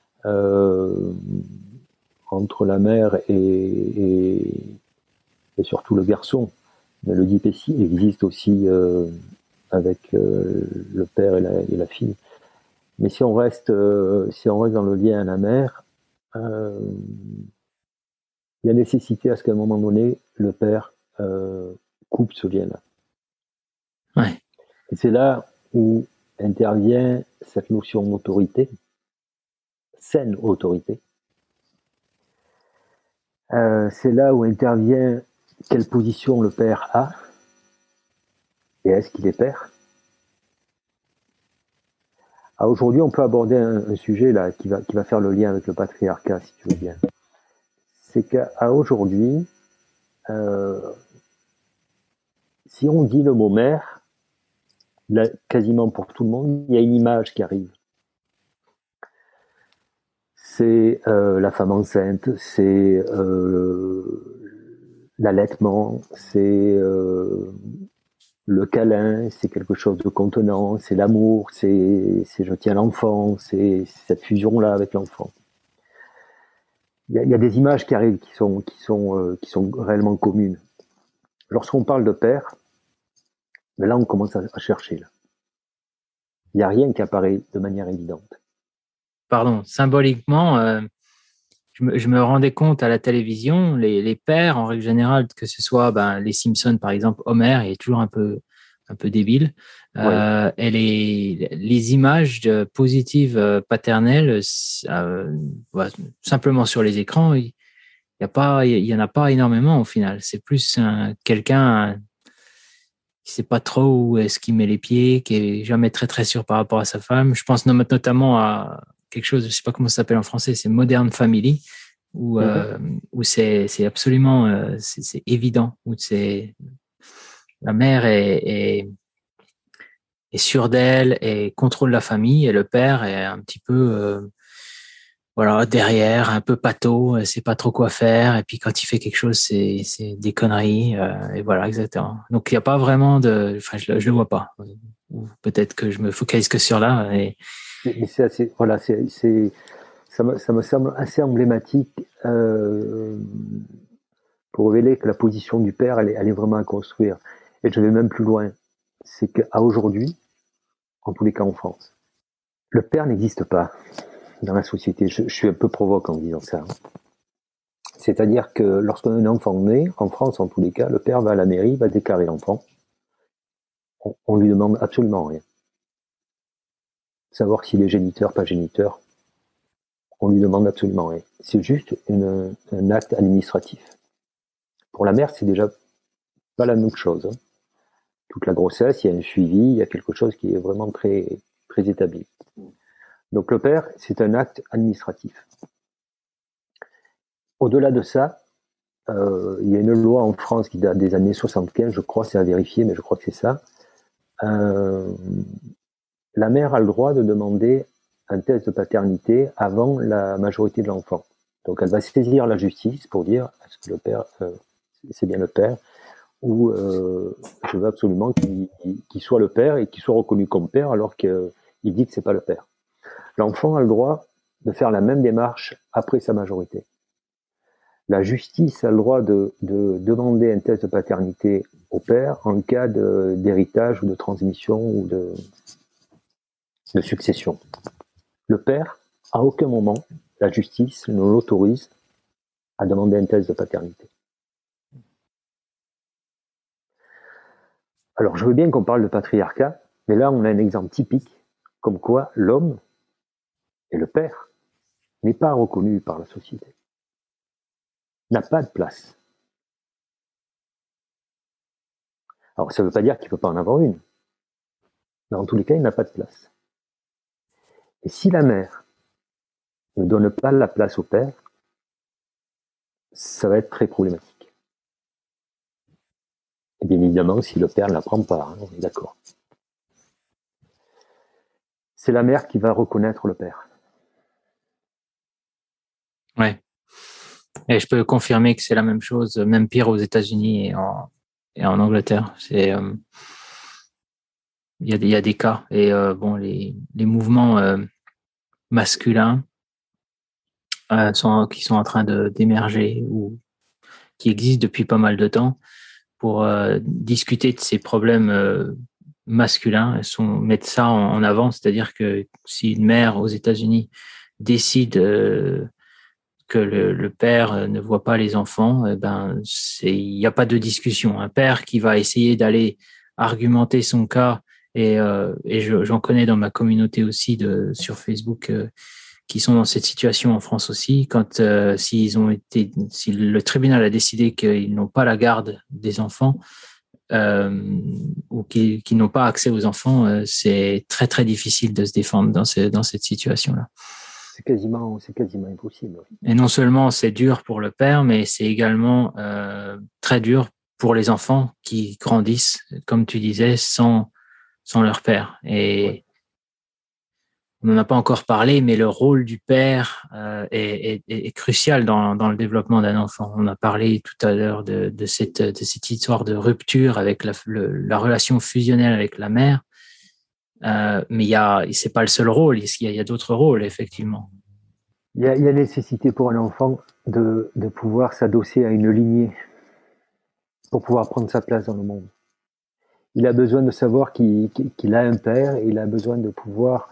entre la mère et surtout le garçon. Mais l'Oedipe existe aussi avec le père et la fille. Mais si on reste dans le lien à la mère, il y a nécessité à ce qu'à un moment donné, le père coupe ce lien-là. Ouais. Et c'est là où intervient cette notion d'autorité, saine autorité. C'est là où intervient quelle position le père a, et est-ce qu'il est père. Aujourd'hui, on peut aborder un sujet là qui va faire le lien avec le patriarcat, si tu veux bien. C'est qu'à aujourd'hui, si on dit le mot mère, là, quasiment pour tout le monde, il y a une image qui arrive. C'est la femme enceinte, c'est l'allaitement, c'est le câlin, c'est quelque chose de contenant, c'est l'amour, c'est je tiens l'enfant, c'est cette fusion-là avec l'enfant. Il y a des images qui arrivent qui sont réellement communes. Lorsqu'on parle de père, mais là on commence à chercher. Là. Il n'y a rien qui apparaît de manière évidente. Pardon, symboliquement, je me rendais compte à la télévision, les pères, en règle générale, que ce soit les Simpsons, par exemple, Homer, il est toujours un peu débile. Ouais. Et les images positives paternelles, simplement sur les écrans, il y en a pas énormément au final. C'est plus quelqu'un qui sait pas trop où est-ce qu'il met les pieds, qui est jamais très très sûr par rapport à sa femme. Je pense notamment à quelque chose, je sais pas comment ça s'appelle en français, c'est Modern Family, où c'est absolument c'est évident, où c'est la mère est sûre d'elle et contrôle la famille, et le père est un petit peu derrière, un peu pâteau, sait pas trop quoi faire, et puis quand il fait quelque chose, c'est des conneries, et voilà, exactement. Donc il y a pas vraiment je le vois pas. Ou peut-être que je me focalise que sur là. Mais c'est assez, voilà, ça me semble assez emblématique pour révéler que la position du père, elle est vraiment à construire. Et je vais même plus loin, c'est qu'à aujourd'hui, en tous les cas en France, le père n'existe pas dans la société. Je suis un peu provoque en disant ça. C'est-à-dire que lorsqu'on a un enfant né, en France en tous les cas, le père va à la mairie, va déclarer l'enfant, on lui demande absolument rien. Savoir s'il est géniteur, pas géniteur, on lui demande absolument rien. C'est juste un acte administratif. Pour la mère, c'est déjà pas la même chose. Toute la grossesse, il y a un suivi, il y a quelque chose qui est vraiment très, très établi. Donc le père, c'est un acte administratif. Au-delà de ça, il y a une loi en France qui date des années 75, je crois, c'est à vérifier, mais je crois que c'est ça. La mère a le droit de demander un test de paternité avant la majorité de l'enfant. Donc elle va saisir la justice pour dire est-ce que le père, c'est bien le père, ou je veux absolument qu'il soit le père et qu'il soit reconnu comme père alors qu'il dit que c'est pas le père. L'enfant a le droit de faire la même démarche après sa majorité. La justice a le droit de demander un test de paternité au père en cas d'héritage ou de transmission ou de succession. Le père, à aucun moment, la justice ne l'autorise à demander un test de paternité. Alors, je veux bien qu'on parle de patriarcat, mais là, on a un exemple typique, comme quoi l'homme et le père n'est pas reconnu par la société, n'a pas de place. Alors, ça ne veut pas dire qu'il ne peut pas en avoir une, mais en tous les cas, il n'a pas de place. Et si la mère ne donne pas la place au père, ça va être très problématique. Et bien évidemment, si le père ne la prend pas, on est d'accord. C'est la mère qui va reconnaître le père. Ouais. Et je peux confirmer que c'est la même chose, même pire aux États-Unis et en Angleterre. Il y a des cas. Et bon, les mouvements masculins qui sont en train d'émerger ou qui existent depuis pas mal de temps pour discuter de ces problèmes masculins, mettre ça en avant. C'est-à-dire que si une mère aux États-Unis décide que le père ne voit pas les enfants, il n'y a pas de discussion. Un père qui va essayer d'aller argumenter son cas, et j'en connais dans ma communauté aussi sur Facebook qui sont dans cette situation en France aussi, quand si le tribunal a décidé qu'ils n'ont pas la garde des enfants ou qu'ils n'ont pas accès aux enfants, c'est très très difficile de se défendre dans cette situation-là. C'est quasiment impossible. Et non seulement c'est dur pour le père, mais c'est également très dur pour les enfants qui grandissent, comme tu disais, sans leur père. Et ouais. On n'en a pas encore parlé, mais le rôle du père est crucial dans le développement d'un enfant. On a parlé tout à l'heure de cette histoire de rupture avec la relation fusionnelle avec la mère, mais c'est pas le seul rôle. Il y a d'autres rôles, effectivement. Il y a nécessité pour un enfant de pouvoir s'adosser à une lignée pour pouvoir prendre sa place dans le monde. Il a besoin de savoir qu'il a un père et il a besoin de pouvoir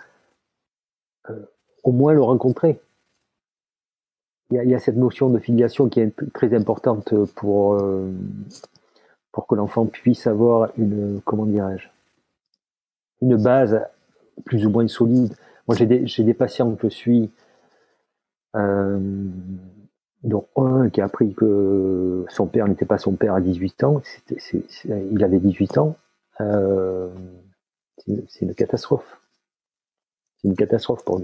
au moins le rencontrer. Il y a cette notion de filiation qui est très importante pour que l'enfant puisse avoir une base plus ou moins solide. Moi, j'ai des patients que je suis, dont un qui a appris que son père n'était pas son père à 18 ans. Il avait 18 ans. C'est une catastrophe. C'est une catastrophe pour lui.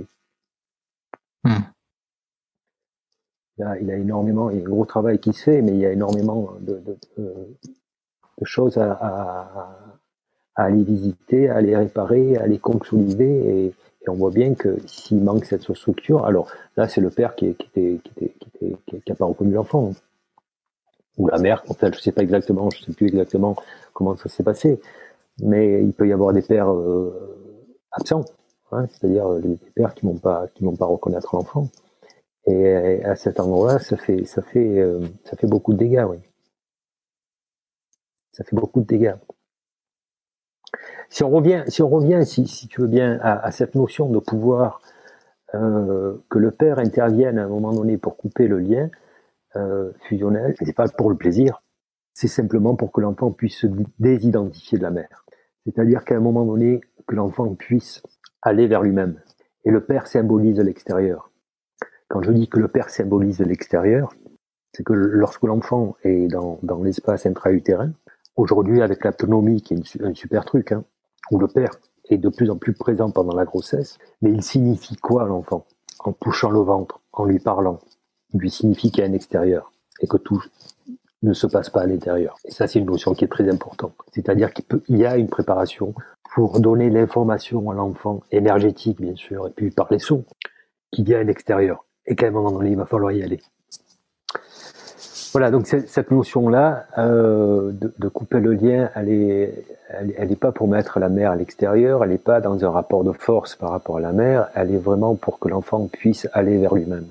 Il a énormément, il y a un gros travail qui se fait, mais il y a énormément de choses à aller visiter, à aller réparer, à aller consolider, et on voit bien que s'il manque cette structure, alors là c'est le père qui a pas reconnu l'enfant, ou la mère, enfin je sais plus exactement comment ça s'est passé, mais il peut y avoir des pères absents, hein, c'est-à-dire des pères qui n'ont pas reconnaître l'enfant. Et à cet endroit-là, ça fait beaucoup de dégâts, oui. Ça fait beaucoup de dégâts. Si on revient, si tu veux bien, à cette notion de pouvoir que le père intervienne à un moment donné pour couper le lien fusionnel, c'est pas pour le plaisir, c'est simplement pour que l'enfant puisse se désidentifier de la mère. C'est-à-dire qu'à un moment donné, que l'enfant puisse aller vers lui-même. Et le père symbolise l'extérieur. Quand je dis que le père symbolise l'extérieur, c'est que lorsque l'enfant est dans l'espace intra-utérin, aujourd'hui avec l'autonomie qui est un super truc, hein, où le père est de plus en plus présent pendant la grossesse, mais il signifie quoi l'enfant? En touchant le ventre, en lui parlant, il lui signifie qu'il y a un extérieur et que tout ne se passe pas à l'intérieur. Et ça, c'est une notion qui est très importante. C'est-à-dire qu'il y a une préparation pour donner l'information à l'enfant, énergétique bien sûr, et puis par les sons, qu'il y a un extérieur et qu'à un moment donné, il va falloir y aller. Voilà, donc cette notion-là de couper le lien, elle est pas pour mettre la mère à l'extérieur, elle n'est pas dans un rapport de force par rapport à la mère, elle est vraiment pour que l'enfant puisse aller vers lui-même.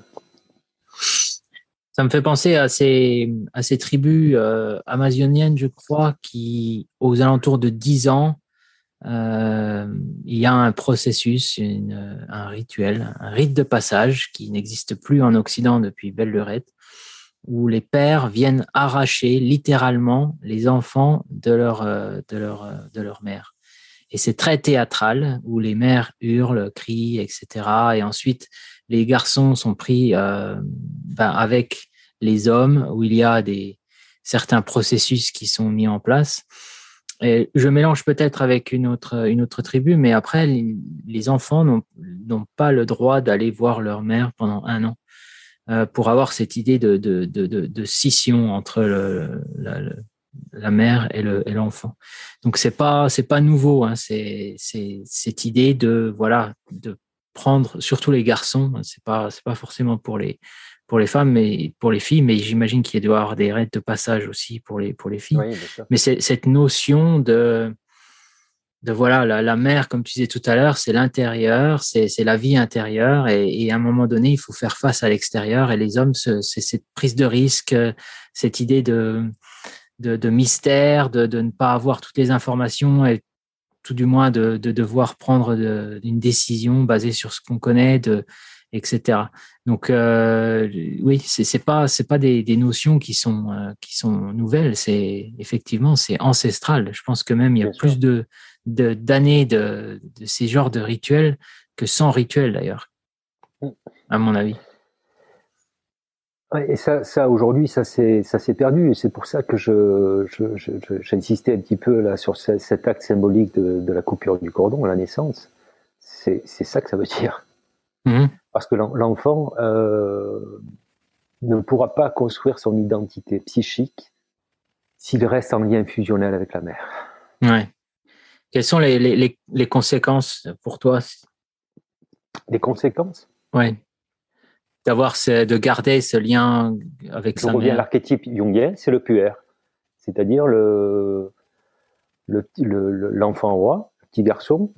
Ça me fait penser à ces tribus amazoniennes, je crois, qui, aux alentours de 10 ans, il y a un processus, un rituel, un rite de passage qui n'existe plus en Occident depuis belle lurette, où les pères viennent arracher littéralement les enfants de leur mère. Et c'est très théâtral, où les mères hurlent, crient, etc. Et ensuite, les garçons sont pris avec les hommes, où il y a certains processus qui sont mis en place. Et je mélange peut-être avec une autre tribu, mais après, les enfants n'ont pas le droit d'aller voir leur mère pendant 1 an pour avoir cette idée de scission entre la mère et l'enfant. Donc c'est pas nouveau, hein, c'est cette idée de prendre surtout les garçons, c'est pas forcément pour les femmes, mais pour les filles, mais j'imagine qu'il doit y avoir des rites de passage aussi pour les filles. Oui, bien sûr. Mais c'est cette notion de la mère, comme tu disais tout à l'heure, c'est l'intérieur, c'est la vie intérieure, et à un moment donné, il faut faire face à l'extérieur, et les hommes, c'est cette prise de risque, cette idée de mystère, de ne pas avoir toutes les informations, et tout du moins de devoir prendre une décision basée sur ce qu'on connaît, etc. Donc oui, c'est pas des notions qui sont nouvelles, c'est effectivement c'est ancestral. Je pense que même il y a plus d'années de ces genres de rituels que sans rituels d'ailleurs, à mon avis. Ouais, et ça aujourd'hui, ça s'est perdu, et c'est pour ça que j'insistais un petit peu là sur cet acte symbolique de la coupure du cordon à la naissance. C'est ça que ça veut dire. Mmh. Parce que l'enfant ne pourra pas construire son identité psychique s'il reste en lien fusionnel avec la mère. Ouais. Quelles sont les conséquences pour toi? Les conséquences? Ouais. De garder ce lien avec sa mère. Je reviens à l'archétype jungien, c'est le puer, c'est-à-dire l'enfant roi, le petit garçon,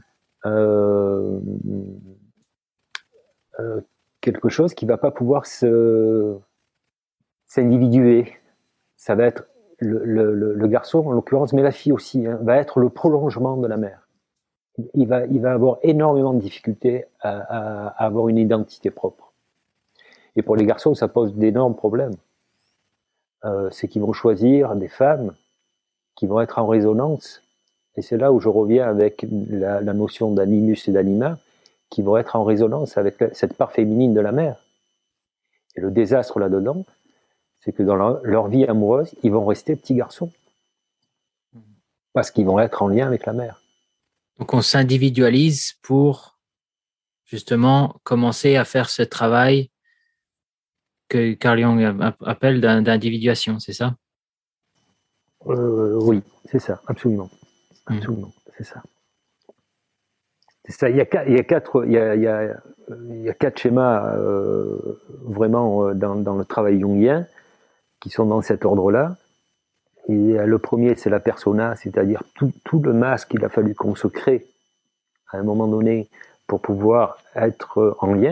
quelque chose qui va pas pouvoir s'individuer. Ça va être le garçon, en l'occurrence, mais la fille aussi, hein, va être le prolongement de la mère. Il va avoir énormément de difficultés à avoir une identité propre. Et pour les garçons, ça pose d'énormes problèmes. C'est qu'ils vont choisir des femmes qui vont être en résonance. Et c'est là où je reviens avec la notion d'animus et d'anima, qui vont être en résonance avec cette part féminine de la mère. Et le désastre là-dedans, c'est que dans leur vie amoureuse, ils vont rester petits garçons. Parce qu'ils vont être en lien avec la mère. Donc on s'individualise pour justement commencer à faire ce travail que Carl Jung appelle d'individuation, c'est ça? Oui, c'est ça, absolument. Absolument, c'est ça. C'est ça. Il y a 4 schémas vraiment dans le travail jungien qui sont dans cet ordre-là. Et le premier, c'est la persona, c'est-à-dire tout le masque qu'il a fallu qu'on se crée à un moment donné pour pouvoir être en lien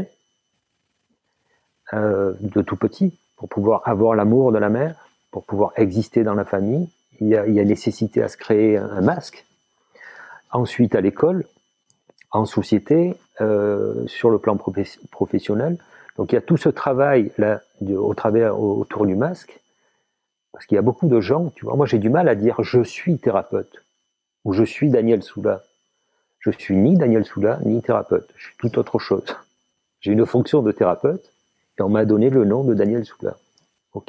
de tout petit, pour pouvoir avoir l'amour de la mère, pour pouvoir exister dans la famille. Il y a nécessité à se créer un masque. Ensuite, à l'école, en société, sur le plan professionnel. Donc, il y a tout ce travail là autour du masque. Parce qu'il y a beaucoup de gens, tu vois, moi j'ai du mal à dire je suis thérapeute. où je suis Daniel Soula. Je suis ni Daniel Soula, ni thérapeute. Je suis tout autre chose. J'ai une fonction de thérapeute et on m'a donné le nom de Daniel Soula. Ok.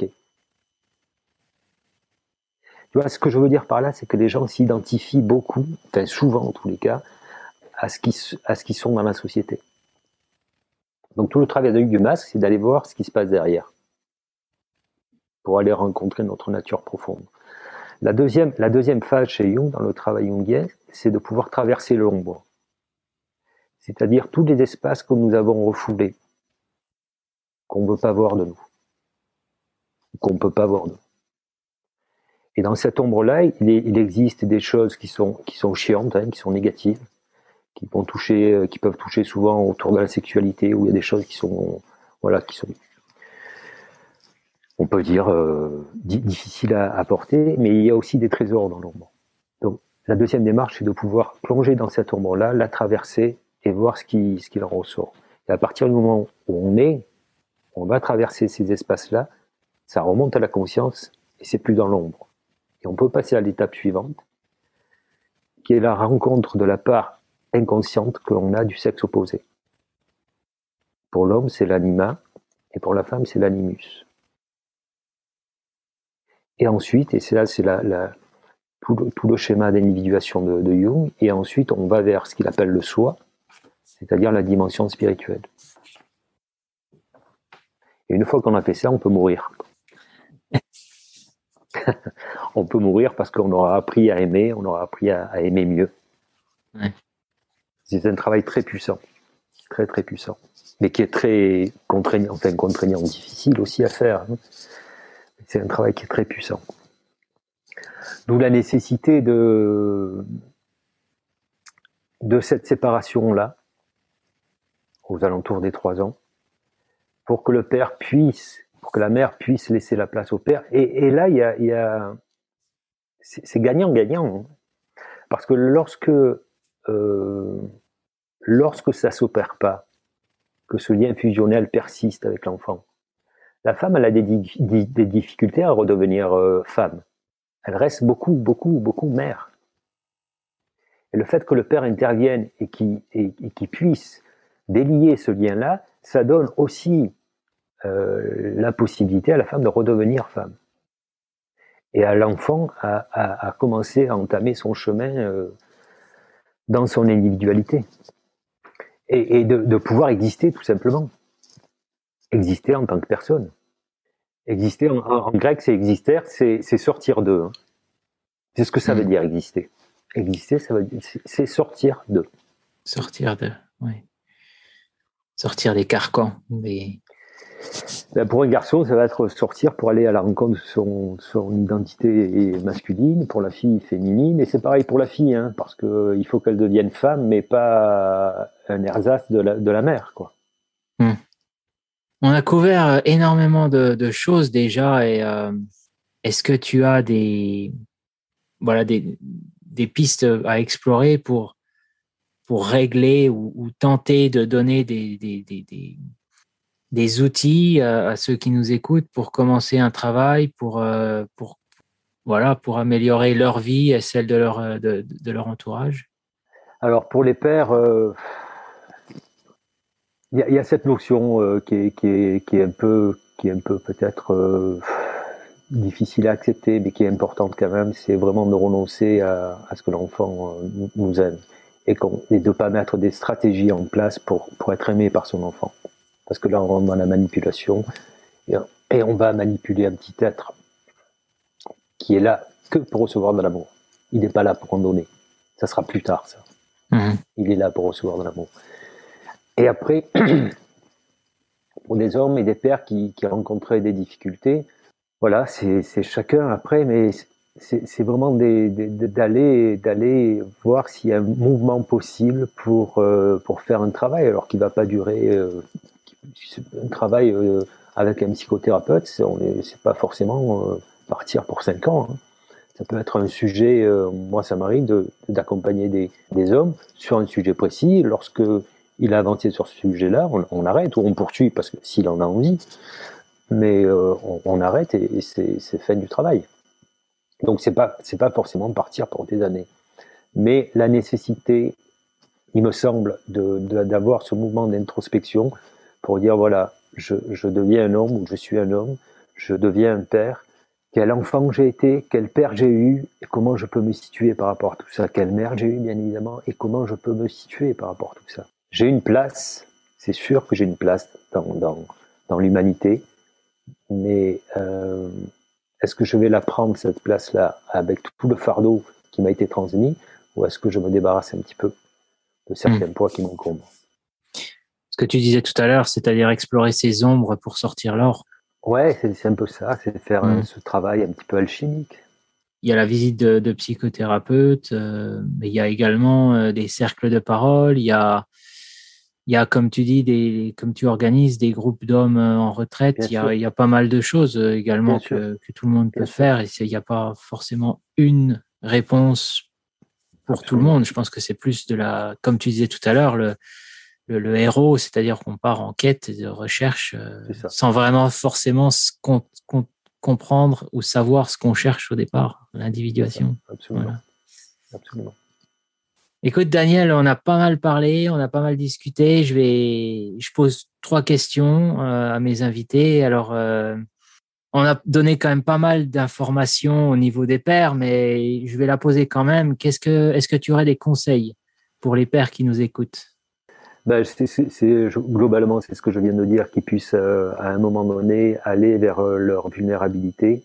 Tu vois, ce que je veux dire par là, c'est que les gens s'identifient beaucoup, enfin souvent en tous les cas, à ce qu'ils sont dans la société. Donc tout le travail du masque, c'est d'aller voir ce qui se passe derrière, pour aller rencontrer notre nature profonde. La deuxième phase chez Jung, dans le travail jungien, c'est de pouvoir traverser l'ombre. C'est-à-dire tous les espaces que nous avons refoulés, qu'on ne veut pas voir de nous, qu'on ne peut pas voir de nous. Et dans cette ombre-là, il existe des choses qui sont chiantes, hein, qui sont négatives, qui peuvent toucher souvent autour de la sexualité, où il y a des choses qui sont, on peut dire, difficiles à porter, mais il y a aussi des trésors dans l'ombre. Donc, la deuxième démarche, c'est de pouvoir plonger dans cette ombre-là, la traverser et voir ce qu'il en ressort. Et à partir du moment où on va traverser ces espaces-là, ça remonte à la conscience et c'est plus dans l'ombre. Et on peut passer à l'étape suivante, qui est la rencontre de la part inconsciente que l'on a du sexe opposé. Pour l'homme, c'est l'anima, et pour la femme, c'est l'animus. Et ensuite, et c'est tout le schéma d'individuation de Jung, et ensuite on va vers ce qu'il appelle le soi, c'est-à-dire la dimension spirituelle. Et une fois qu'on a fait ça, on peut mourir. On peut mourir parce qu'on aura appris à aimer, on aura appris à aimer mieux. Ouais. C'est un travail très puissant, très très puissant, mais qui est très contraignant, difficile aussi à faire. Hein. C'est un travail qui est très puissant. D'où la nécessité de cette séparation-là, aux alentours des 3 ans, pour que la mère puisse laisser la place au père. Et là, c'est gagnant-gagnant. Hein. Parce que lorsque ça s'opère pas, que ce lien fusionnel persiste avec l'enfant, la femme, elle a des difficultés à redevenir femme. Elle reste beaucoup mère. Et le fait que le père intervienne et qu'il puisse délier ce lien-là, ça donne aussi la possibilité à la femme de redevenir femme. Et à l'enfant à commencer à entamer son chemin dans son individualité. Et de pouvoir exister tout simplement. Exister en tant que personne. Exister en grec, c'est exister, c'est sortir d'eux. Hein. C'est ce que ça veut dire exister. Exister, ça veut dire c'est sortir d'eux. Sortir d'eux, oui. Sortir des carcans. Pour un garçon, ça va être sortir pour aller à la rencontre de son identité masculine, pour la fille féminine, et c'est pareil pour la fille, hein, parce qu'il faut qu'elle devienne femme, mais pas un ersatz de la mère, quoi. On a couvert énormément de choses déjà, et est-ce que tu as des pistes à explorer pour régler ou tenter de donner des outils à ceux qui nous écoutent pour commencer un travail, pour améliorer leur vie et celle de leur entourage? Alors pour les pères, il y a cette notion qui est un peu peut-être difficile à accepter, mais qui est importante quand même. C'est vraiment de renoncer à ce que l'enfant nous aime et de pas mettre des stratégies en place pour être aimé par son enfant. Parce que là, on rentre dans la manipulation et on va manipuler un petit être qui est là que pour recevoir de l'amour. Il n'est pas là pour en donner. Ça sera plus tard, ça. Il est là pour recevoir de l'amour. Et après, pour des hommes et des pères qui rencontraient des difficultés, voilà, c'est chacun après, mais c'est vraiment d'aller voir s'il y a un mouvement possible pour faire un travail, alors qu'il ne va pas durer un travail avec un psychothérapeute, c'est pas forcément partir pour 5 ans. Hein. Ça peut être un sujet, moi ça m'arrive d'accompagner des hommes sur un sujet précis. Lorsque il a avancé sur ce sujet-là, on arrête ou on poursuit parce que s'il en a envie, mais on arrête et c'est fait du travail. Donc c'est pas forcément partir pour des années. mais la nécessité, il me semble, d'avoir ce mouvement d'introspection pour dire, voilà, je deviens un homme, ou je suis un homme, je deviens un père, quel enfant j'ai été, quel père j'ai eu, et comment je peux me situer par rapport à tout ça, quelle mère j'ai eu, bien évidemment, et comment je peux me situer par rapport à tout ça. J'ai une place, c'est sûr que j'ai une place dans l'humanité, mais est-ce que je vais la prendre, cette place-là, avec tout le fardeau qui m'a été transmis, ou est-ce que je me débarrasse un petit peu de certains poids qui m'encombrent? Ce que tu disais tout à l'heure, c'est-à-dire explorer ses ombres pour sortir l'or. Ouais, c'est un peu ça, c'est de faire ce travail un petit peu alchimique. Il y a la visite de psychothérapeutes, mais il y a également des cercles de parole, il y a, comme tu dis, comme tu organises des groupes d'hommes en retraite, il y a pas mal de choses également que tout le monde peut faire, et il n'y a pas forcément une réponse pour tout le monde. Je pense que c'est plus comme tu disais tout à l'heure, le héros, c'est-à-dire qu'on part en quête de recherche sans vraiment forcément comprendre ou savoir ce qu'on cherche au départ, l'individuation. Absolument. Voilà. Absolument. Écoute, Daniel, on a pas mal parlé, on a pas mal discuté. Je pose 3 questions à mes invités. Alors, on a donné quand même pas mal d'informations au niveau des pères, mais je vais la poser quand même. Est-ce que tu aurais des conseils pour les pères qui nous écoutent? Globalement, c'est ce que je viens de dire, qu'ils puissent à un moment donné aller vers leur vulnérabilité,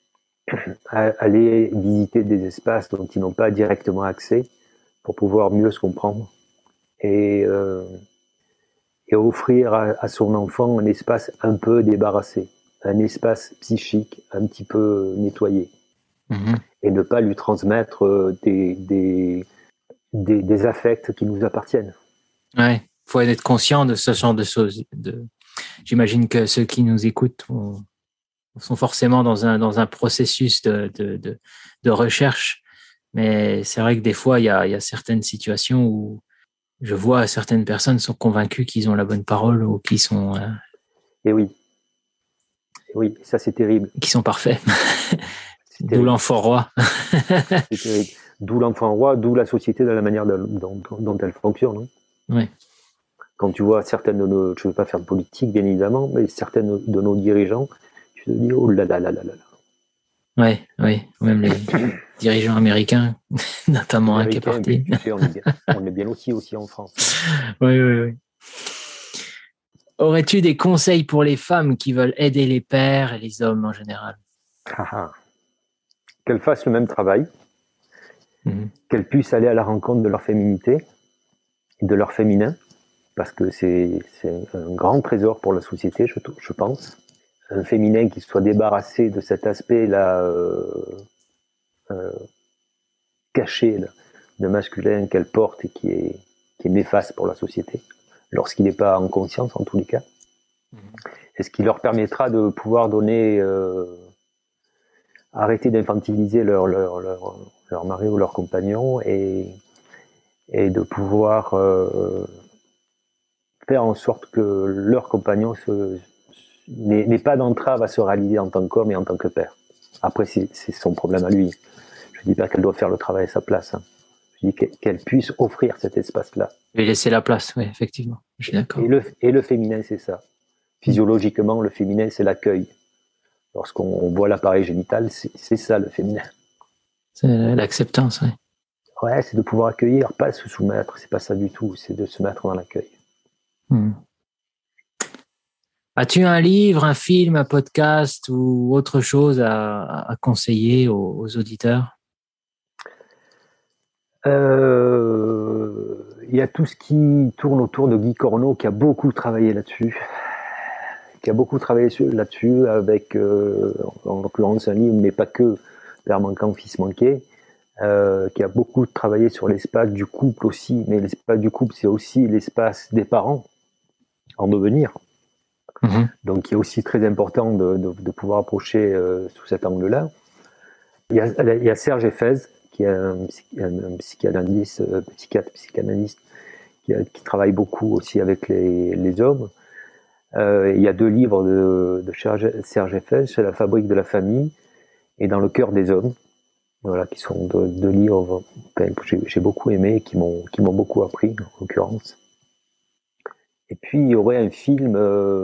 aller visiter des espaces dont ils n'ont pas directement accès pour pouvoir mieux se comprendre et offrir à son enfant un espace un peu débarrassé, un espace psychique un petit peu nettoyé, et ne pas lui transmettre des affects qui nous appartiennent. Ouais, faut être conscient de ce genre de choses. J'imagine que ceux qui nous écoutent sont forcément dans un processus de recherche, mais c'est vrai que des fois, il y a certaines situations où je vois certaines personnes sont convaincues qu'ils ont la bonne parole ou qu'ils sont... Et oui, ça c'est terrible. Qui sont parfaits. D'où l'enfant roi. C'est terrible. D'où l'enfant roi, d'où la société de la manière dont elle fonctionne. Hein. Oui. Quand tu vois certaines de nos, je ne veux pas faire de politique bien évidemment, mais certaines de nos dirigeants, tu te dis oh là là là là là. Oui, même les dirigeants américains, notamment un qui est parti. Tu sais, on est bien aussi en France. Oui. Aurais-tu des conseils pour les femmes qui veulent aider les pères et les hommes en général? Qu'elles fassent le même travail, qu'elles puissent aller à la rencontre de leur féminité et de leur féminin, parce que c'est un grand trésor pour la société, je pense. Un féminin qui soit débarrassé de cet aspect-là caché de masculin qu'elle porte et qui est néfaste pour la société, lorsqu'il n'est pas en conscience en tous les cas. Et ce qui leur permettra de pouvoir donner, arrêter d'infantiliser leur mari ou leur compagnon et de pouvoir faire en sorte que leur compagnon n'ait pas d'entrave à se réaliser en tant qu'homme et en tant que père. Après, c'est son problème à lui. Je dis pas qu'elle doit faire le travail à sa place. Hein. Je dis qu'elle puisse offrir cet espace-là. Et laisser la place, oui, effectivement. Je suis d'accord. Et le féminin, c'est ça. Physiologiquement, le féminin, c'est l'accueil. Lorsqu'on voit l'appareil génital, c'est ça le féminin. C'est l'acceptance, oui. Ouais, c'est de pouvoir accueillir, pas se soumettre. C'est pas ça du tout. C'est de se mettre dans l'accueil. As-tu un livre, un film, un podcast ou autre chose à conseiller aux auditeurs? Il y a tout ce qui tourne autour de Guy Corneau, qui a beaucoup travaillé là-dessus. Avec, en l'occurrence, un livre, mais pas que, Père manquant, fils manqué, qui a beaucoup travaillé sur l'espace du couple aussi, mais l'espace du couple, c'est aussi l'espace des parents en devenir. Donc, il est aussi très important de pouvoir approcher sous cet angle-là. Il y a Serge Effez, qui est un psychanalyste qui travaille beaucoup aussi avec les hommes. Il y a 2 livres de Serge Effez, c'est La fabrique de la famille et Dans le cœur des hommes. Voilà, qui sont deux livres que j'ai beaucoup aimés et qui m'ont beaucoup appris, en l'occurrence. Et puis, il y aurait un film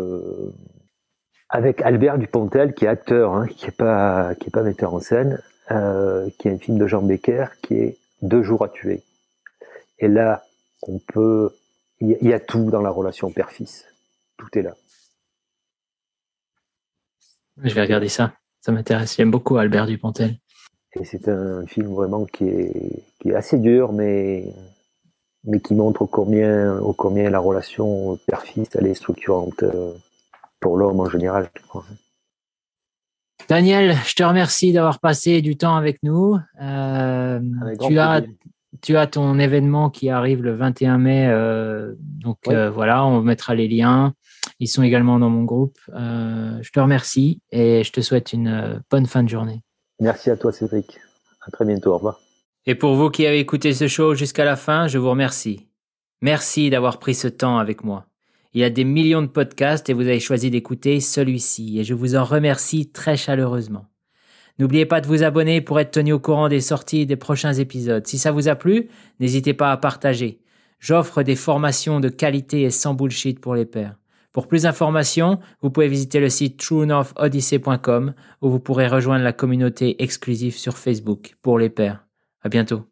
avec Albert Dupontel, qui est acteur, hein, qui est pas metteur en scène, qui est un film de Jean Becker, qui est 2 jours à tuer. Et là, il y a tout dans la relation père-fils. Tout est là. Je vais regarder ça. Ça m'intéresse. J'aime beaucoup Albert Dupontel. Et c'est un film vraiment qui est assez dur, mais qui montre au combien la relation père-fils, elle est structurante pour l'homme en général, je crois. Daniel, je te remercie d'avoir passé du temps avec nous. Tu as ton événement qui arrive le 21 mai. Voilà, on mettra les liens. Ils sont également dans mon groupe. Je te remercie et je te souhaite une bonne fin de journée. Merci à toi, Cédric. À très bientôt. Au revoir. Et pour vous qui avez écouté ce show jusqu'à la fin, je vous remercie. Merci d'avoir pris ce temps avec moi. Il y a des millions de podcasts et vous avez choisi d'écouter celui-ci et je vous en remercie très chaleureusement. N'oubliez pas de vous abonner pour être tenu au courant des sorties des prochains épisodes. Si ça vous a plu, n'hésitez pas à partager. J'offre des formations de qualité et sans bullshit pour les pairs. Pour plus d'informations, vous pouvez visiter le site truenorthodyssey.com où vous pourrez rejoindre la communauté exclusive sur Facebook pour les pairs. À bientôt.